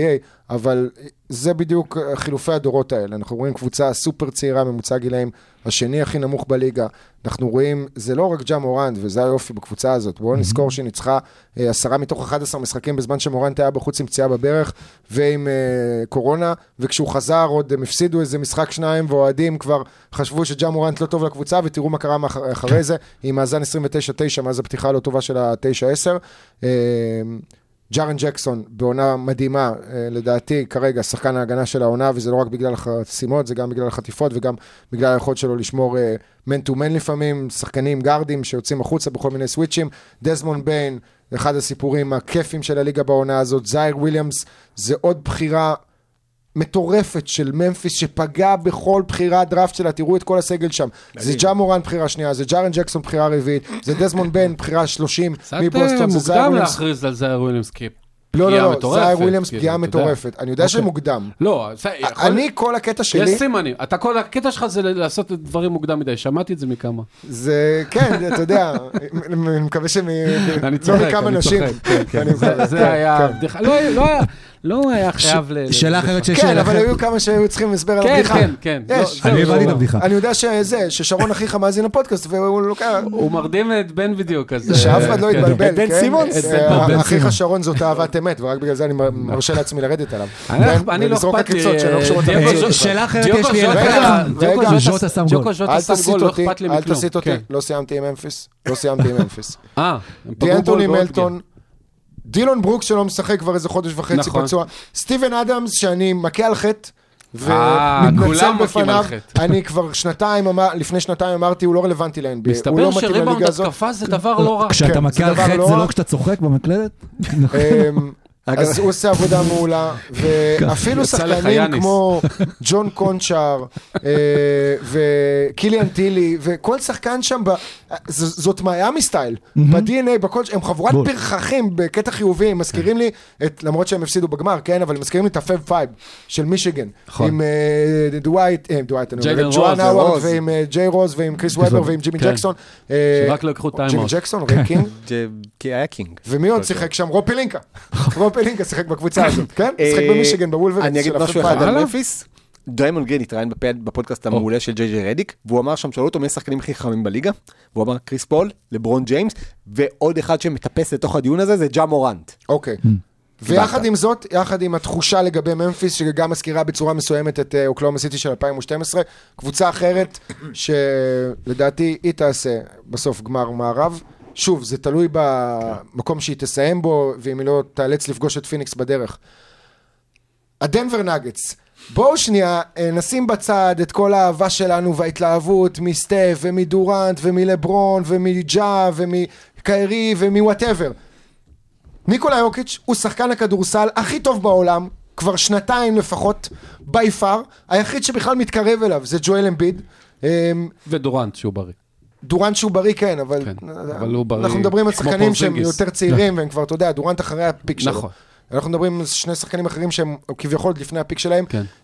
אבל זה בדיוק חילופי הדורות האלה. אנחנו רואים קבוצה סופר צעירה, ממוצע גילאים, השני הכי נמוך בליגה. אנחנו רואים, זה לא רק ג'ה מורנט, וזה היופי בקבוצה הזאת. בואו נזכור שהיא ניצחה 10 מתוך 11 משחקים בזמן שמורנט היה בחוץ עם פציעה בברך, ועם קורונה, וכשהוא חזר עוד הם הפסידו איזה משחק שניים, ואוהדים כבר חשבו שג'ה מורנט לא טוב לקבוצה, ותראו מה קרה אחרי זה, עם מאזן 29-9, מאז הפתיחה לא טובה של ה-9-10. ג'ארן ג'קסון בעונה מדהימה, לדעתי כרגע שחקן ההגנה של העונה, וזה לא רק בגלל החסימות, זה גם בגלל החטיפות, וגם בגלל היכולת שלו לשמור מן-טו-מן לפעמים, שחקנים גארדים שיוצאים החוצה בכל מיני סוויצ'ים. דזמונד ביין, אחד הסיפורים הכיפים של הליגה בעונה הזאת. זייר וויליאמס, זה עוד בחירה מטורפת של ממפיס שפגע בכל בחירה דראפט שלה, תראו את כל הסגל שם. זה ג'ה מורנט בחירה שנייה, זה ג'ארן ג'קסון בחירה רביעית, זה דזמונד ביין בחירה 30 מבוסטון, זה זייר מוקדם וויליאמס. להכריז על זייר וויליאמס כי לא, זייר וויליאמס פגיעה מטורפת. אני יודע שמוקדם. לא, אני כל הקטע שלי... יש סימנים. כל הקטע שלך זה לעשות דברים מוקדם מדי. שמעתי את זה מכמה. זה, כן, אתה יודע, אני מקווה לא מכמה נשים. זה היה בדיחה. לא היה חייב שאלה אחרת שיש כן, אבל היו כמה שהיו צריכים הסבר על הבדיחה. כן. אני הבנתי את הבדיחה. אני יודע ששרון אחיך מאזין לפודקאסט, והוא לוקח... הוא מרדים את בן בדיוק. שאף אחד לא יתבלבל, בן כן? סימונס. אחיך שרון זאת אהבת אמת, ורק בגלל זה אני מרשה לעצמי לרדת עליו. אני לא אכפת לי. שאלה אחרת יש לי ז'וטה שם גול. אל תסיט אותי, לא סיימתי עם ממפיס. דיאנטוני מלטון, דילון ברוקס שלא משחק כבר איזה חודש וחצי פצוע, סטיבן אדמס שאני מכה על חטא ומתנצל בפניו, אני כבר לפני שנתיים אמרתי הוא לא רלוונטי ל-NBA, מסתבר שריבאונד התקפה זה דבר לא רע. כשאתה מכה על חטא זה לא כשאתה צוחק במקלדת? אז הוא עושה עבודה מעולה, ואפילו שחקנים כמו ג'ון קונצ'אר וקיליאן טילי, וכל שחקן שם, זאת מיאמי סטייל, ב-DNA, הם חבורת פרחחים בקטע חיובי, הם מזכירים לי, למרות שהם הפסידו בגמר, כן, אבל הם מזכירים לי את הפאב פייב של מישיגן, עם ג'ואן האווארד, ועם ג'יי רוז, ועם קריס וובר, ועם ג'ימי ג'קסון. שרק לא יקחו טיימאוט. ג'ימי ג'קסון, ריי קינג. כי היה קינג. ומי עוד שיחק שם? רופי לינקה. רופי שיחק בקבוצה הזאת, כן? שיחק במישיגן, בוולברינס. אני אגיד משהו אחד על ממפיס. דריימונד גרין התראיין בפודקאסט המעולה של ג'יי רדיק, והוא אמר שם, שאלו אותו מי השחקנים הכי חכמים בליגה, והוא אמר קריס פול, לברון ג'יימס, ועוד אחד שמטפס לתוך הדיון הזה, זה ג'ה מורנט. אוקיי. ויחד עם זאת, יחד עם התחושה לגבי ממפיס, שגם מזכירה בצורה מסוימת את אוקלהומה סיטי של 2012, קבוצה אחרת, שלדעתי היא תעשה בסוף גמר מערב, שוב, זה תלוי במקום שהיא תסיים בו, ואם היא לא תאלץ לפגוש את פיניקס בדרך. הדנבר נאגטס, בואו שנייה, נשים בצד את כל האהבה שלנו וההתלהבות מסטף ומדורנט ומלברון ומג'ה ומקיירי ומוואטאבר. ניקולה יוקיץ' הוא שחקן הכדורסל הכי טוב בעולם, כבר שנתיים לפחות, בי פאר, היחיד שבכלל מתקרב אליו זה ג'ואל אמביד. ודורנט שהוא בריא. דורנט שהוא בריא, כן, אבל אנחנו מדברים על שחקנים שהם יותר צעירים, והם כבר, אתה יודע, דורנט אחרי הפיק שלו. נכון. אנחנו מדברים על שני שחקנים אחרים שהם כביכול לפני הפיק שלהם.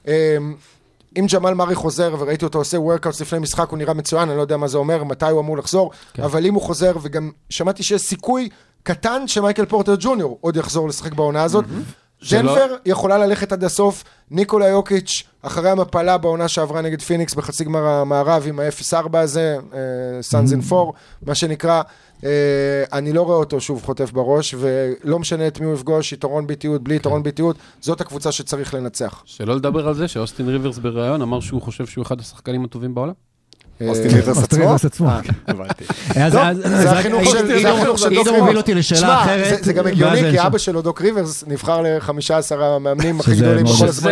אם ג'מאל מארי חוזר, וראיתי אותו עושה וורקאוטס לפני משחק, הוא נראה מצוין, אני לא יודע מה זה אומר, מתי הוא אמור לחזור, אבל אם הוא חוזר, וגם שמעתי שיש סיכוי קטן שמייקל פורטר ג'וניור עוד יחזור לשחק בעונה הזאת, דנבר יכולה ללכת עד הסוף, ניקולה יוקיץ' אחרי המפלה בעונה שעברה נגד פיניקס בחצי גמר המערב עם ה-0-4 הזה, סאנז אין 4, מה שנקרא, אני לא רואה אותו שוב חוטף בראש, ולא משנה את מי הוא יפגוש, יתרון ביתיות, בלי יתרון ביתיות, זאת הקבוצה שצריך לנצח. שלא לדבר על זה שאוסטין ריברס בראיון אמר שהוא חושב שהוא אחד השחקנים הטובים בעולם. אוסטין ריברס עצמו? זה החינוך של דוק ריברס. מוביל אותי לשאלה אחרת. זה גם הגיוני, כי אבא שלו דוק ריברס נבחר ל-15 המאמנים הכי גדולים בכל הזמן.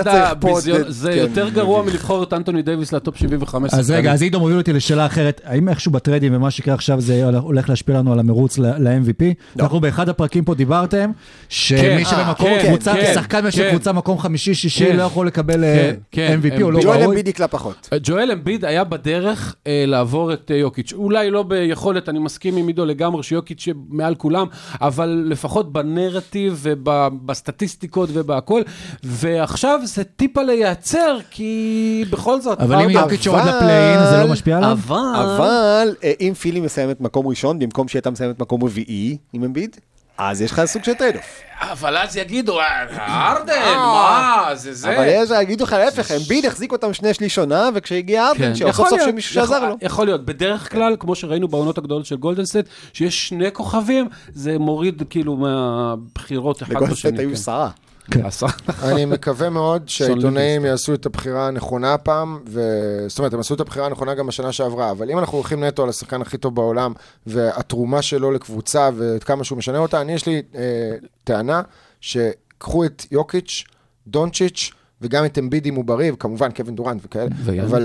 זה יותר גרוע מלבחור את אנטוני דייביס לטופ 75. אז רגע, אז עידו מוביל אותי לשאלה אחרת. האם איכשהו בטרדים ומה שקרה עכשיו זה הולך להשפיע לנו על המרוץ ל-MVP? אנחנו באחד הפרקים פה דיברתם, שמי שבמקום קבוצה, שחקן של קבוצה מקום 5-6 לא יכול לקבל MVP או לא. ג'ואל אמביד יקלה פחות. ג'ואל אמביד היה בדרך לעבור את יוקיץ'. אולי לא ביכולת, אני מסכים עם עידו לגמרי שיוקיץ' מעל כולם, אבל לפחות בנרטיב ובסטטיסטיקות ובהכל, ועכשיו זה טיפה לייצר, כי בכל זאת... אבל אם יוקיץ' יורד לפליין, זה לא משפיע עליו? אבל אם פילי מסיימת מקום ראשון, במקום שהייתה מסיימת מקום רביעי עם אמביד, אז יש לך סוג של טרייד-אוף. אבל אז יגידו, ארדן, מה, זה. אבל יש, יגידו לך להפך, אמביד החזיק אותם 2/3 עונה, וכשהגיע ארדן, סוף סוף שמישהו שעזר לו. יכול להיות, בדרך כלל, כמו שראינו בעונות הגדולות של גולדן-סטייט, שיש 2 כוכבים, זה מוריד כאילו מהבחירות אחד בשני. לגולדן-סטייט היו 10. אני מקווה מאוד שהעיתונאים יעשו את הבחירה הנכונה הפעם, זאת אומרת, הם עשו את הבחירה הנכונה גם בשנה שעברה, אבל אם אנחנו הולכים נטו על השחקן הכי טוב בעולם, והתרומה שלו לקבוצה ואת כמה שהוא משנה אותה, יש לי טענה שקחו את יוקיץ', דונצ'יץ', וגם את אמביד אם הוא בריא, וכמובן קווין דורנט וכאלה, אבל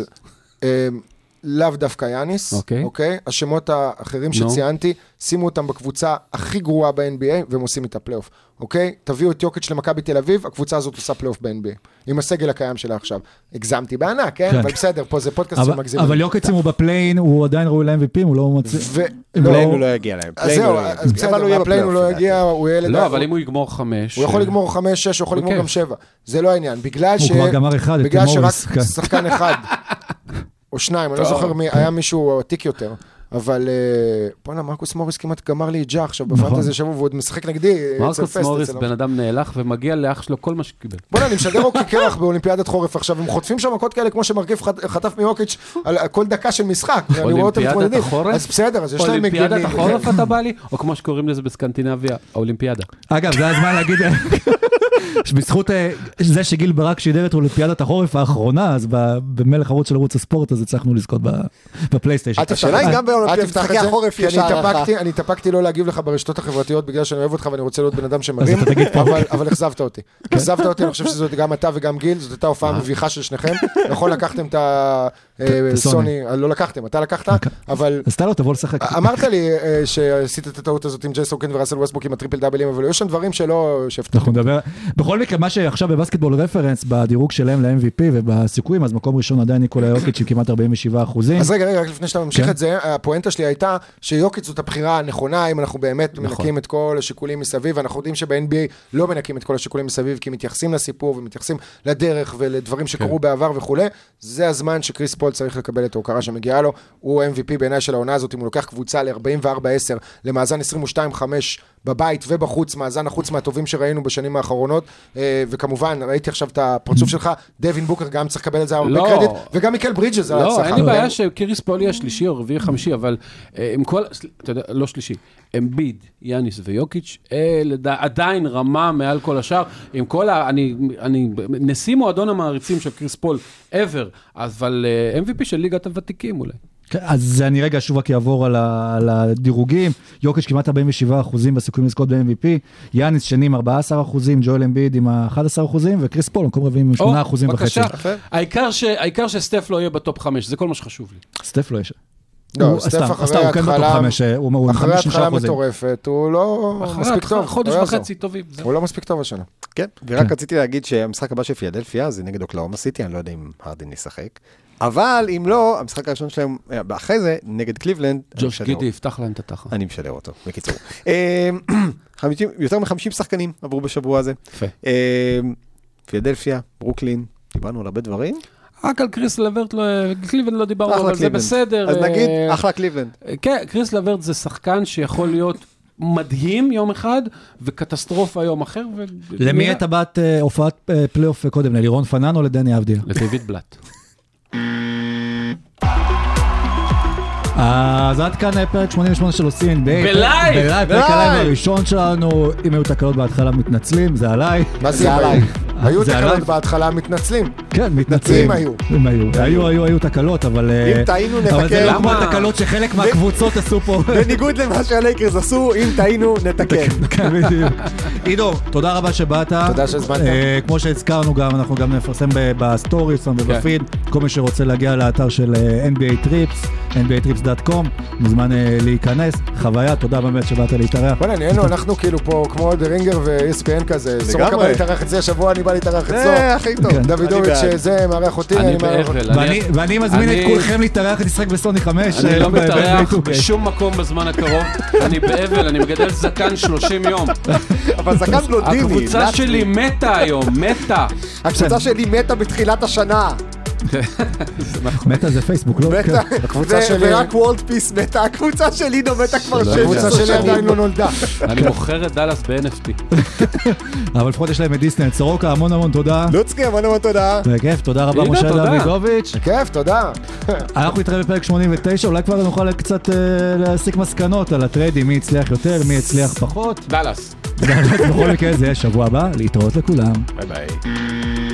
לאו דווקא יאניס, אוקיי? השמות האחרים שציינתי, שימו אותם בקבוצה הכי גרועה ב-NBA, והם עושים את הפלייאוף, אוקיי? תביאו את יוקיץ' למכבי תל אביב, הקבוצה הזאת עושה פלייאוף ב-NBA, עם הסגל הקיים שלה עכשיו. הגזמתי בענק, כן? אבל בסדר, פה זה פודקאסט שמגזים. אבל יוקיץ' אם הוא בפליין, הוא עדיין ראוי ל-MVP, הוא לא מצליח. פליין הוא לא יגיע להם. אז זהו, אז בסדר, בפליין הוא לא יגיע, הוא ילד... לא, אבל אם הוא יגמור 5... הוא יכול לגמור 5, 6, הוא יכול לגמור גם 7. זה לא העניין, בגלל שרק שחקן אחד או 2, אני לא זוכר מי, היה מישהו עתיק יותר, אבל בוא'נה, מרקוס מוריס כמעט גמר לי ג'ה עכשיו בפנטזיה שבוע, והוא עוד משחק נגדי. מרקוס מוריס בן אדם נהלך ומגיע לאח שלו כל מה שקיבל. בוא'נה, אני משדר אוקי קרח באולימפיאדת חורף עכשיו, הם חוטפים שם מכות כאלה כמו שמרכיב חטף מיוקיץ' על כל דקה של משחק, ואני רואה אותם מתמודדים. אז בסדר, אז יש להם מגנים. אולימפיאדת החורף אתה בא לי, או כמו שקוראים לזה בסקנדינביה, האולימפיאדה. אגב, זה הזמן להגיד שבזכות זה שגיל ברק שידר את אולימפיאדת החורף האחרונה, אז במלך ערוץ של ערוץ הספורט, אז הצלחנו לזכות בפלייסטיישן. השאלה היא גם באולימפיאדת החורף יש הערכה. אני התאפקתי לא להגיב לך ברשתות החברתיות, בגלל שאני אוהב אותך ואני רוצה להיות בן אדם שמרים, אבל החזבת אותי. החזבת אותי, אני חושב שזאת גם אתה וגם גיל, זאת הייתה הופעה מביכה של שניכם. נכון, לקחתם את הסוני, לא לקחתם, אתה לקחת, אבל... אז אתה לא תבוא לשחק. אמרת לי שעשית את הטעות הזאת עם ג'ייסון קיין וראסל ווסטברוק עם הטריפל דאבלים, אבל יש שם דברים שלא... אנחנו נדבר. בכל מקרה, מה שעכשיו בבסקטבול רפרנס, בדירוג שלהם ל-MVP ובסיכויים, אז מקום ראשון עדיין ניקולה יוקיץ' עם כמעט 47%. אז רגע, רק לפני שאתה ממשיך את זה, הפואנטה שלי הייתה שיוקיץ' זאת הבחירה הנכונה, אם אנחנו באמת מנקים את כל השיקולים מסביב, אנחנו יודעים שב-NBA לא מנקים את כל השיקולים מסביב, כי מתייחסים לסיפור ומתייחסים לדרך ולדברים שקרו בעבר וכו'. זה הזמן שקריס פול צריך לקבל את ההוקרה שמגיעה לו. הוא MVP בעיניי של העונה הזאת, אם הוא לוקח קבוצה ל-44-10, למאזן 22-5 בבית ובחוץ, מאזן החוץ מהטובים שראינו בשנים האחרונות, וכמובן, ראיתי עכשיו את הפרצוף שלך, דווין בוקר גם צריך לקבל את זה הרבה קרדיט, וגם מיקל ברידג'ס. לא, אין לי בעיה שקריס פול יהיה שלישי או רביעי חמישי, אבל עם כל, אתה יודע, לא שלישי, אמביד, יאניס ויוקיץ', עדיין רמה מעל כל השאר, עם כל אני נשיא מועדון המעריצים של קריס פול ever, אבל MVP של ליגת הוותיקים אולי. אז אני רגע שוב רק יעבור על הדירוגים, יוקיץ' כמעט 47% בסיכויים לזכות ב-MVP, יאניס שנים 14%, ג'ואל אמביד עם 11%, וקריס פול, מקום רביעי עם 8.5%. בבקשה, העיקר שסטף לא יהיה בטופ 5, זה כל מה שחשוב לי. סטף לא יש. לא, סטף אחרי התחלה מטורפת, הוא לא מספיק טוב. חודש וחצי טובים. הוא לא מספיק טוב השנה. כן, ורק רציתי להגיד שהמשחק הבא של פילדלפיה זה נגד אוקלאומה סיטי, אני לא יודע אם הרדן ישחק. אבל אם לא, המשחק הראשון שלהם, אחרי זה, נגד קליבלנד, ג'וש גידי יפתח להם את התחת. אני משדר אותו, בקיצור. יותר מ-50 שחקנים עברו בשבוע הזה. יפה. פילדלפיה, ברוקלין, דיברנו על הרבה דברים. רק על קריס לברט, קליבלנד לא דיברנו, אבל זה בסדר. אז נגיד, אחלה קליבלנד. כן, קריס לברט זה שחקן שיכול להיות מדהים יום אחד, וקטסטרופה יום אחר. למי את הבת הופעת פלייאוף קודם? ללירון פנן או לדני אבדיה? לדיוויד בלאט. אז עד כאן פרק 88 של עושים בלייב! פרק הלייב הראשון שלנו, אם היו תקלות בהתחלה מתנצלים, זה עליי. מה זה עליי? היו תקלות בהתחלה מתנצלים. כן, מתנצלים. היו תקלות, אבל... אם טעינו נתקן. אבל זה לא כמו התקלות שחלק מהקבוצות עשו פה. בניגוד למה שהלייקרס עשו, אם טעינו נתקן. כן, בדיוק. עידו, תודה רבה שבאת. תודה שהזמנת. כמו שהזכרנו גם, אנחנו גם נפרסם בסטוריס ובפיד, כל מי שרוצה להגיע לאתר של NBA Trips, nbatrips.com, מוזמן להיכנס. חוויה, תודה באמת שבאת להתארח. בוא נהיינו, אנחנו כאילו פה כמו דרינגר ו-ESPN כזה. סורקה בא להתארח את זה, השבוע אני בא להתארח את זה. הכי טוב. דוידוביץ' שזה מארח אותי. ואני מזמין את כולכם להתארח לשחק בסוני 5. אני לא מתארח בשום מקום בזמן הקרוב. אני באבל, אני מגדל זקן 30 יום. אבל זקן בלונדיני. הקבוצה שלי מתה היום, מתה. הקבוצה שלי מתה בתחילת השנה. מטה זה פייסבוק, לא? מתה, הקבוצה שלי- ורק וולד פיס מתה, הקבוצה של עידו מתה כבר הקבוצה 16 שלי עדיין שנים. לא נולדה. אני מוכר את דלס ב-NFT. אבל לפחות יש להם את דיסנט. סורוקה, המון תודה. לוצקי, המון תודה. בכיף, תודה רבה עידו, משה תודה. דוידוביץ'. כיף, תודה. אנחנו נתראה בפרק 89, אולי כבר נוכל קצת להסיק מסקנות על הטריידים, מי הצליח יותר, מי הצליח פחות. דלס. בכל מקרה זה יהיה שבוע הבא, להתראות לכולם. ביי ביי.